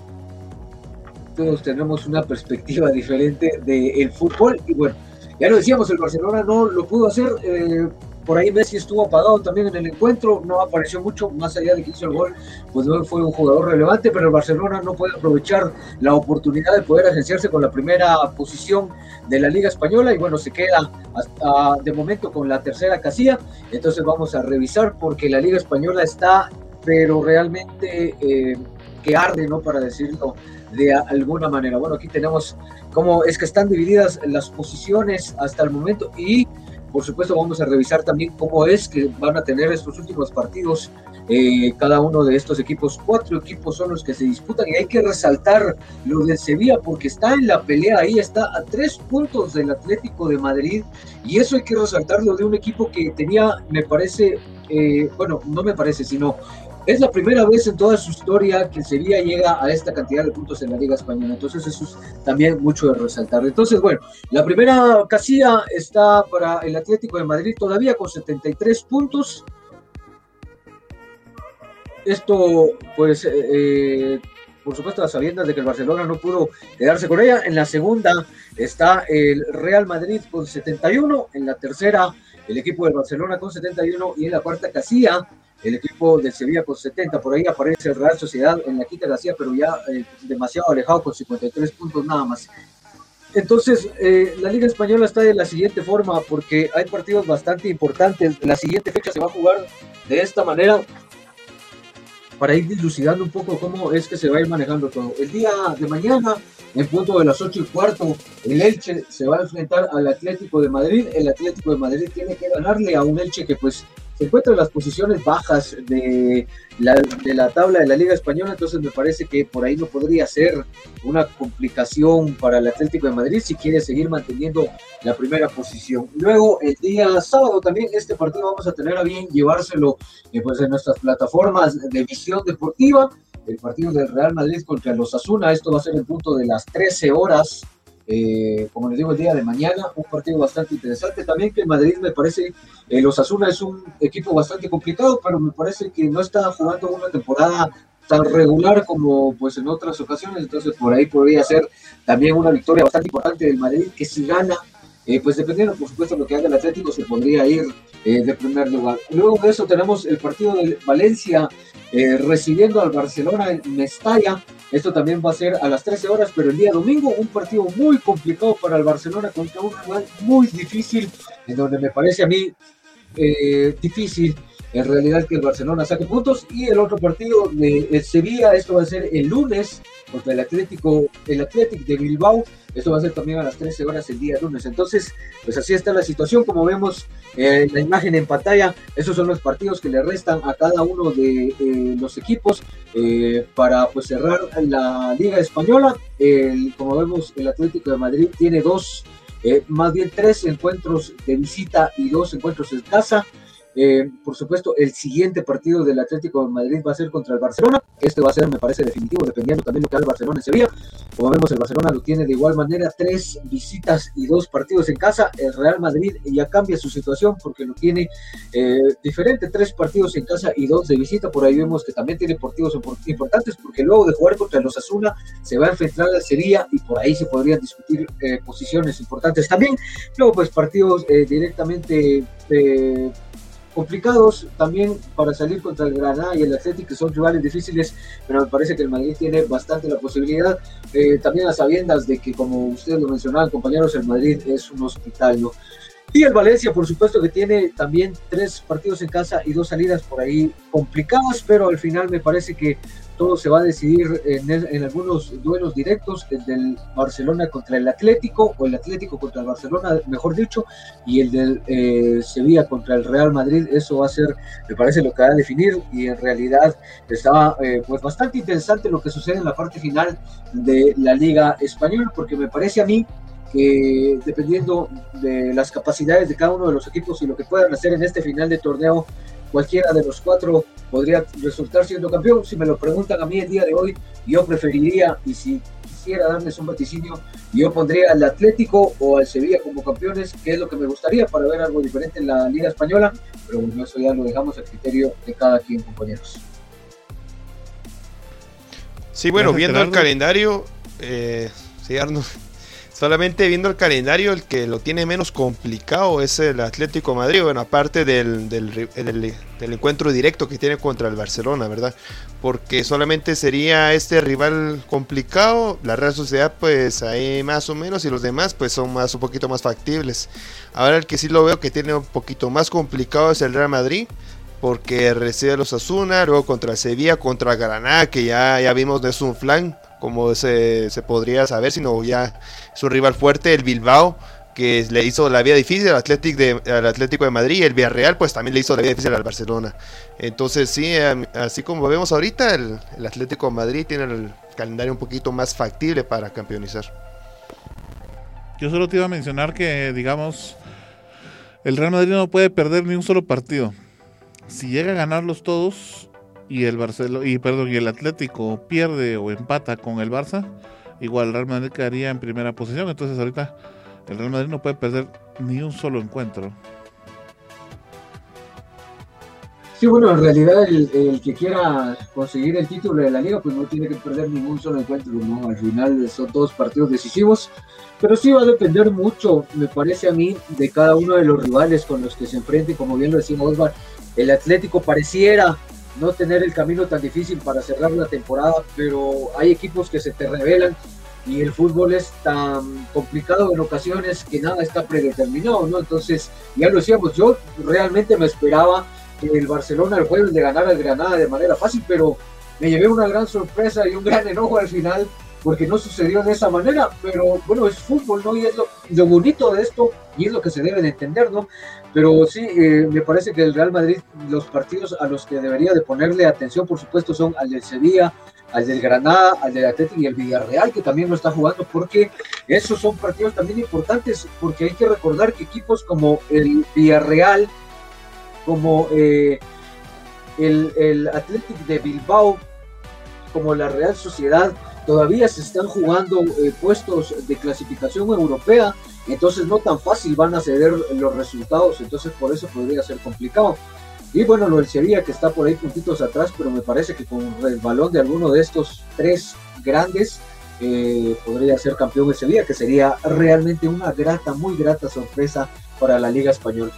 todos tenemos una perspectiva diferente del fútbol y bueno, ya lo decíamos, el Barcelona no lo pudo hacer. eh, Por ahí Messi estuvo apagado también en el encuentro, no apareció mucho, más allá de que hizo el gol, pues no fue un jugador relevante, pero el Barcelona no puede aprovechar la oportunidad de poder agenciarse con la primera posición de la Liga Española, y bueno, se queda hasta de momento con la tercera casilla. Entonces vamos a revisar, porque la Liga Española está, pero realmente eh, que arde, ¿no? Para decirlo de alguna manera. Bueno, aquí tenemos cómo es que están divididas las posiciones hasta el momento, y por supuesto vamos a revisar también cómo es que van a tener estos últimos partidos eh, cada uno de estos equipos. Cuatro equipos son los que se disputan, y hay que resaltar lo del Sevilla porque está en la pelea ahí, está a tres puntos del Atlético de Madrid, y eso hay que resaltarlo de un equipo que tenía, me parece, eh, bueno, no me parece, sino es la primera vez en toda su historia que el Sevilla llega a esta cantidad de puntos en la Liga Española. Entonces eso es también mucho de resaltar. Entonces, bueno, la primera casilla está para el Atlético de Madrid todavía con setenta y tres puntos. Esto, pues, eh, por supuesto, a sabiendas de que el Barcelona no pudo quedarse con ella. En la segunda está el Real Madrid con setenta y uno. En la tercera, el equipo del Barcelona con setenta y uno. Y en la cuarta casilla, el equipo de Sevilla con setenta, por ahí aparece el Real Sociedad en la quinta casilla, pero ya eh, demasiado alejado con cincuenta y tres puntos nada más. Entonces, eh, la Liga Española está de la siguiente forma, porque hay partidos bastante importantes. La siguiente fecha se va a jugar de esta manera, para ir dilucidando un poco cómo es que se va a ir manejando todo. El día de mañana, en punto de las ocho y cuarto, el Elche se va a enfrentar al Atlético de Madrid. El Atlético de Madrid tiene que ganarle a un Elche que pues se encuentra en las posiciones bajas de la, de la tabla de la Liga Española, entonces me parece que por ahí no podría ser una complicación para el Atlético de Madrid si quiere seguir manteniendo la primera posición. Luego, el día sábado también, este partido vamos a tener a bien llevárselo eh, pues en nuestras plataformas de visión deportiva, el partido del Real Madrid contra el Osasuna. Esto va a ser en punto de las trece horas. Eh, como les digo, el día de mañana, un partido bastante interesante. También que el Madrid, me parece, el Osasuna es un equipo bastante complicado, pero me parece que no está jugando una temporada tan regular como pues en otras ocasiones, entonces por ahí podría ser también una victoria bastante importante del Madrid, que si gana, eh, pues dependiendo por supuesto de lo que haga el Atlético, se podría ir eh, de primer lugar. Luego de eso tenemos el partido de Valencia eh, recibiendo al Barcelona en Mestalla. Esto también va a ser a las trece horas, pero el día domingo un partido muy complicado para el Barcelona contra un rival muy difícil, en donde me parece a mí eh, difícil en realidad que el Barcelona saque puntos. Y el otro partido de el Sevilla, esto va a ser el lunes contra el Atlético, el Athletic de Bilbao. Esto va a ser también a las trece horas el día lunes. Entonces, pues así está la situación. Como vemos eh, la imagen en pantalla, esos son los partidos que le restan a cada uno de eh, los equipos eh, para pues cerrar la Liga Española. El, como vemos, el Atlético de Madrid tiene dos, eh, más bien tres encuentros de visita y dos encuentros en casa. Eh, por supuesto, el siguiente partido del Atlético de Madrid va a ser contra el Barcelona. Este va a ser, me parece, definitivo, dependiendo también de lo que haga el Barcelona en Sevilla. Como vemos, el Barcelona lo tiene de igual manera, tres visitas y dos partidos en casa. El Real Madrid ya cambia su situación porque lo tiene eh, diferente, tres partidos en casa y dos de visita. Por ahí vemos que también tiene partidos importantes, porque luego de jugar contra el Osasuna se va a enfrentar al Sevilla y por ahí se podrían discutir eh, posiciones importantes también. Luego, pues, partidos eh, directamente eh, complicados también para salir contra el Granada y el Atlético, que son rivales difíciles, pero me parece que el Madrid tiene bastante la posibilidad, eh, también a sabiendas de que, como ustedes lo mencionaban, compañeros, el Madrid es un hospital, ¿no? Y el Valencia, por supuesto, que tiene también tres partidos en casa y dos salidas por ahí complicadas, pero al final me parece que todo se va a decidir en, el, en algunos duelos directos, el del Barcelona contra el Atlético, o el Atlético contra el Barcelona, mejor dicho, y el del eh, Sevilla contra el Real Madrid. Eso va a ser, me parece, lo que va a definir, y en realidad está eh, pues bastante interesante lo que sucede en la parte final de la Liga Española, porque me parece a mí que dependiendo de las capacidades de cada uno de los equipos y lo que puedan hacer en este final de torneo, cualquiera de los cuatro podría resultar siendo campeón. Si me lo preguntan a mí el día de hoy, yo preferiría, y si quisiera darles un vaticinio, yo pondría al Atlético o al Sevilla como campeones, que es lo que me gustaría para ver algo diferente en la Liga Española, pero bueno, eso ya lo dejamos a criterio de cada quien, compañeros. Sí, bueno, viendo el calendario, eh, sí, Arno, solamente viendo el calendario, el que lo tiene menos complicado es el Atlético de Madrid, bueno, aparte del, del, del, del encuentro directo que tiene contra el Barcelona, ¿verdad? Porque solamente sería este rival complicado, la Real Sociedad pues ahí más o menos, y los demás pues son más un poquito más factibles. Ahora el que sí lo veo que tiene un poquito más complicado es el Real Madrid, porque recibe a los Osasuna, luego contra el Sevilla, contra Granada, que ya, ya vimos no es un flan, como se, se podría saber, sino ya es un rival fuerte, el Bilbao, que le hizo la vida difícil al Atlético de, al Atlético de Madrid, y el Villarreal pues también le hizo la vida difícil al Barcelona. Entonces sí, así como vemos ahorita, el, el Atlético de Madrid tiene el calendario un poquito más factible para campeonizar. Yo solo te iba a mencionar que, digamos, el Real Madrid no puede perder ni un solo partido. Si llega a ganarlos todos y el Barcelona y perdón y el Atlético pierde o empata con el Barça, igual el Real Madrid quedaría en primera posición. Entonces ahorita el Real Madrid no puede perder ni un solo encuentro. Sí, bueno, en realidad el, el que quiera conseguir el título de la liga pues no tiene que perder ningún solo encuentro, ¿no? Al final son todos partidos decisivos, pero sí va a depender mucho, me parece a mí, de cada uno de los rivales con los que se enfrente. Como bien lo decía Osvaldo, el Atlético pareciera no tener el camino tan difícil para cerrar la temporada, pero hay equipos que se te revelan y el fútbol es tan complicado en ocasiones que nada está predeterminado, ¿no? Entonces, ya lo decíamos, yo realmente me esperaba que el Barcelona el jueves le ganara al Granada de manera fácil, pero me llevé una gran sorpresa y un gran enojo al final, porque no sucedió de esa manera, pero bueno, es fútbol, ¿no? Y es lo, lo bonito de esto, y es lo que se debe de entender, ¿no? Pero sí, eh, me parece que el Real Madrid, los partidos a los que debería de ponerle atención, por supuesto, son al del Sevilla, al del Granada, al del Atlético y el Villarreal, que también lo está jugando, porque esos son partidos también importantes, porque hay que recordar que equipos como el Villarreal, como eh, el, el Atlético de Bilbao, como la Real Sociedad, todavía se están jugando eh, puestos de clasificación europea, entonces no tan fácil van a ceder los resultados, entonces por eso podría ser complicado. Y bueno, lo del Sevilla, que está por ahí puntitos atrás, pero me parece que con el balón de alguno de estos tres grandes eh, podría ser campeón el Sevilla, que sería realmente una grata, muy grata sorpresa para la Liga Española.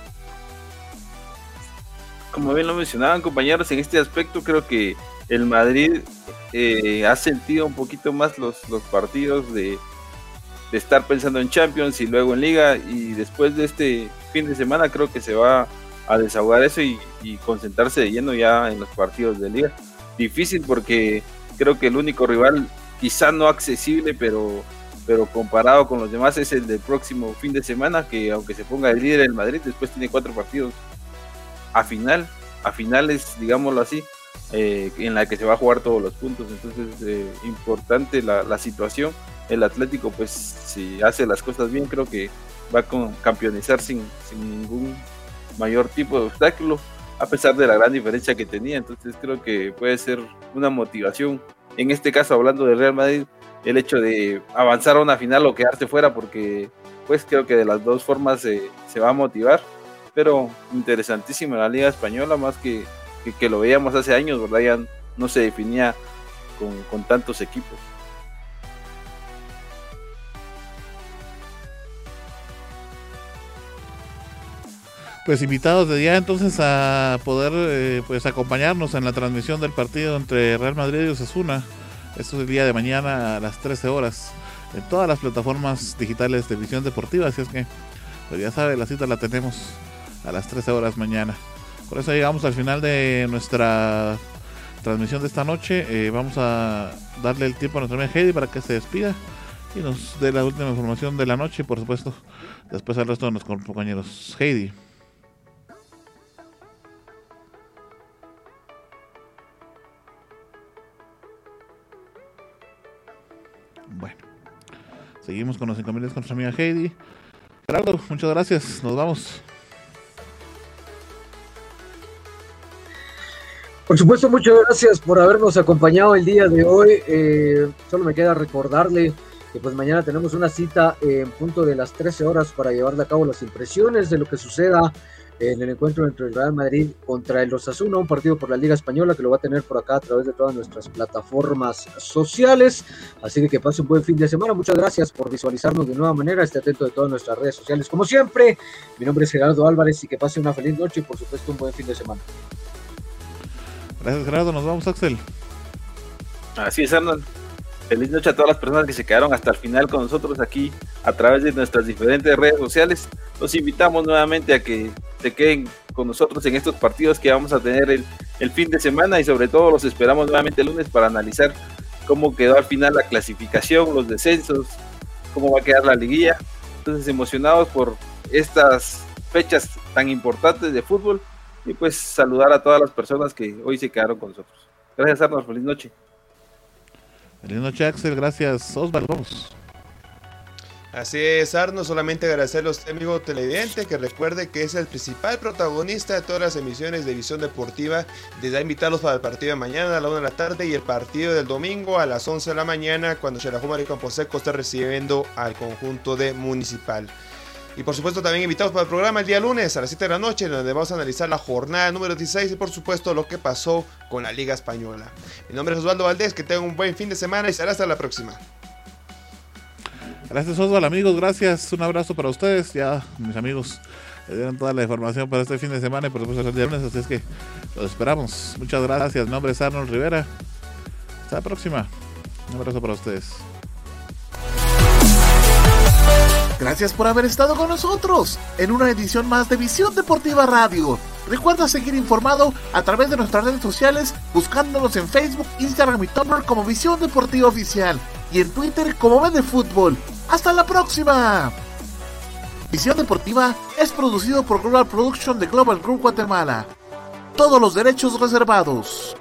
Como bien lo mencionaban, compañeros, en este aspecto creo que el Madrid eh, ha sentido un poquito más los, los partidos de, de estar pensando en Champions y luego en Liga, y después de este fin de semana creo que se va a desahogar eso y, y concentrarse de lleno ya en los partidos de Liga. Difícil porque creo que el único rival quizá no accesible, pero, pero comparado con los demás es el del próximo fin de semana, que aunque se ponga el líder el Madrid, después tiene cuatro partidos a final, a finales, digámoslo así, eh, en la que se va a jugar todos los puntos. Entonces, eh, importante la, la situación. El Atlético, pues, si hace las cosas bien, creo que va a con, campeonizar sin, sin ningún mayor tipo de obstáculo, a pesar de la gran diferencia que tenía. Entonces creo que puede ser una motivación, en este caso hablando del Real Madrid, el hecho de avanzar a una final o quedarse fuera, porque pues creo que de las dos formas se, se va a motivar. Pero interesantísima la Liga Española, más que, que, que lo veíamos hace años, ¿verdad? Ya no se definía con, con tantos equipos. Pues invitados de día entonces a poder eh, pues acompañarnos en la transmisión del partido entre Real Madrid y Osasuna. Esto es el día de mañana a las trece horas en todas las plataformas digitales de Visión Deportiva, así es que pues ya sabe, la cita la tenemos a las trece horas mañana. Por eso llegamos al final de nuestra transmisión de esta noche. Eh, vamos a darle el tiempo a nuestra amiga Heidi para que se despida y nos dé la última información de la noche, y por supuesto después al resto de nuestros compañeros. Heidi. Bueno, seguimos con los inconvenientes con nuestra amiga Heidi. Gerardo, muchas gracias, nos vamos. Por supuesto, muchas gracias por habernos acompañado el día de hoy. Eh, solo me queda recordarle que pues mañana tenemos una cita en punto de las trece horas para llevarle a cabo las impresiones de lo que suceda en el encuentro entre el Real Madrid contra el Osasuna, un partido por la Liga Española que lo va a tener por acá a través de todas nuestras plataformas sociales. Así que que pase un buen fin de semana. Muchas gracias por visualizarnos de nueva manera. Esté atento de todas nuestras redes sociales como siempre. Mi nombre es Gerardo Álvarez y que pase una feliz noche y por supuesto un buen fin de semana. Gracias, Gerardo. Nos vamos, Axel. Así es, Arnold. Feliz noche a todas las personas que se quedaron hasta el final con nosotros aquí a través de nuestras diferentes redes sociales. Los invitamos nuevamente a que se queden con nosotros en estos partidos que vamos a tener el, el fin de semana, y sobre todo los esperamos nuevamente el lunes para analizar cómo quedó al final la clasificación, los descensos, cómo va a quedar la liguilla. Entonces, emocionados por estas fechas tan importantes de fútbol, y pues saludar a todas las personas que hoy se quedaron con nosotros. Gracias, Arnold. Feliz noche. Feliz noche, Axel. Gracias, Osvaldo. Vamos. Así es, Arno, solamente agradecerle a usted, amigo televidente, que recuerde que es el principal protagonista de todas las emisiones de Visión Deportiva. Desde invitarlos para el partido de mañana a la una de la tarde y el partido del domingo a las once de la mañana, cuando Xelajú y Camposeco está recibiendo al conjunto de Municipal. Y por supuesto también invitados para el programa el día lunes a las siete de la noche, donde vamos a analizar la jornada número dieciséis y por supuesto lo que pasó con la Liga Española. Mi nombre es Osvaldo Valdés, que tengan un buen fin de semana y será hasta la próxima. Gracias, Osvaldo, amigos, gracias, un abrazo para ustedes. Ya mis amigos le dieron toda la información para este fin de semana y por supuesto el día lunes, así es que los esperamos. Muchas gracias, mi nombre es Arnold Rivera. Hasta la próxima, un abrazo para ustedes. Gracias por haber estado con nosotros en una edición más de Visión Deportiva Radio. Recuerda seguir informado a través de nuestras redes sociales, buscándonos en Facebook, Instagram y Tumblr como Visión Deportiva Oficial y en Twitter como V de Fútbol. ¡Hasta la próxima! Visión Deportiva es producido por Global Production de Global Group Guatemala. Todos los derechos reservados.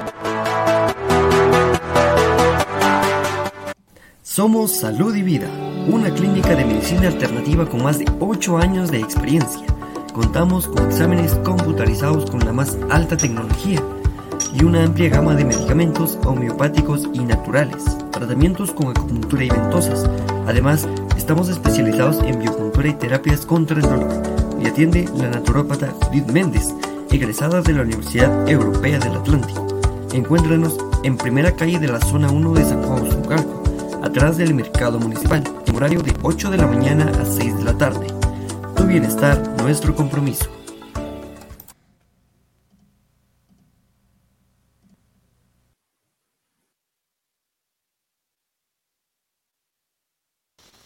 Somos Salud y Vida, una clínica de medicina alternativa con más de ocho años de experiencia. Contamos con exámenes computarizados con la más alta tecnología y una amplia gama de medicamentos homeopáticos y naturales, tratamientos con acupuntura y ventosas. Además, estamos especializados en biocultura y terapias contra el dolor. Y atiende la naturópata Judith Méndez, egresada de la Universidad Europea del Atlántico. Encuéntranos en primera calle de la zona uno de San Juan Usucalco, atrás del mercado municipal, en horario de ocho de la mañana a seis de la tarde. Tu bienestar, nuestro compromiso.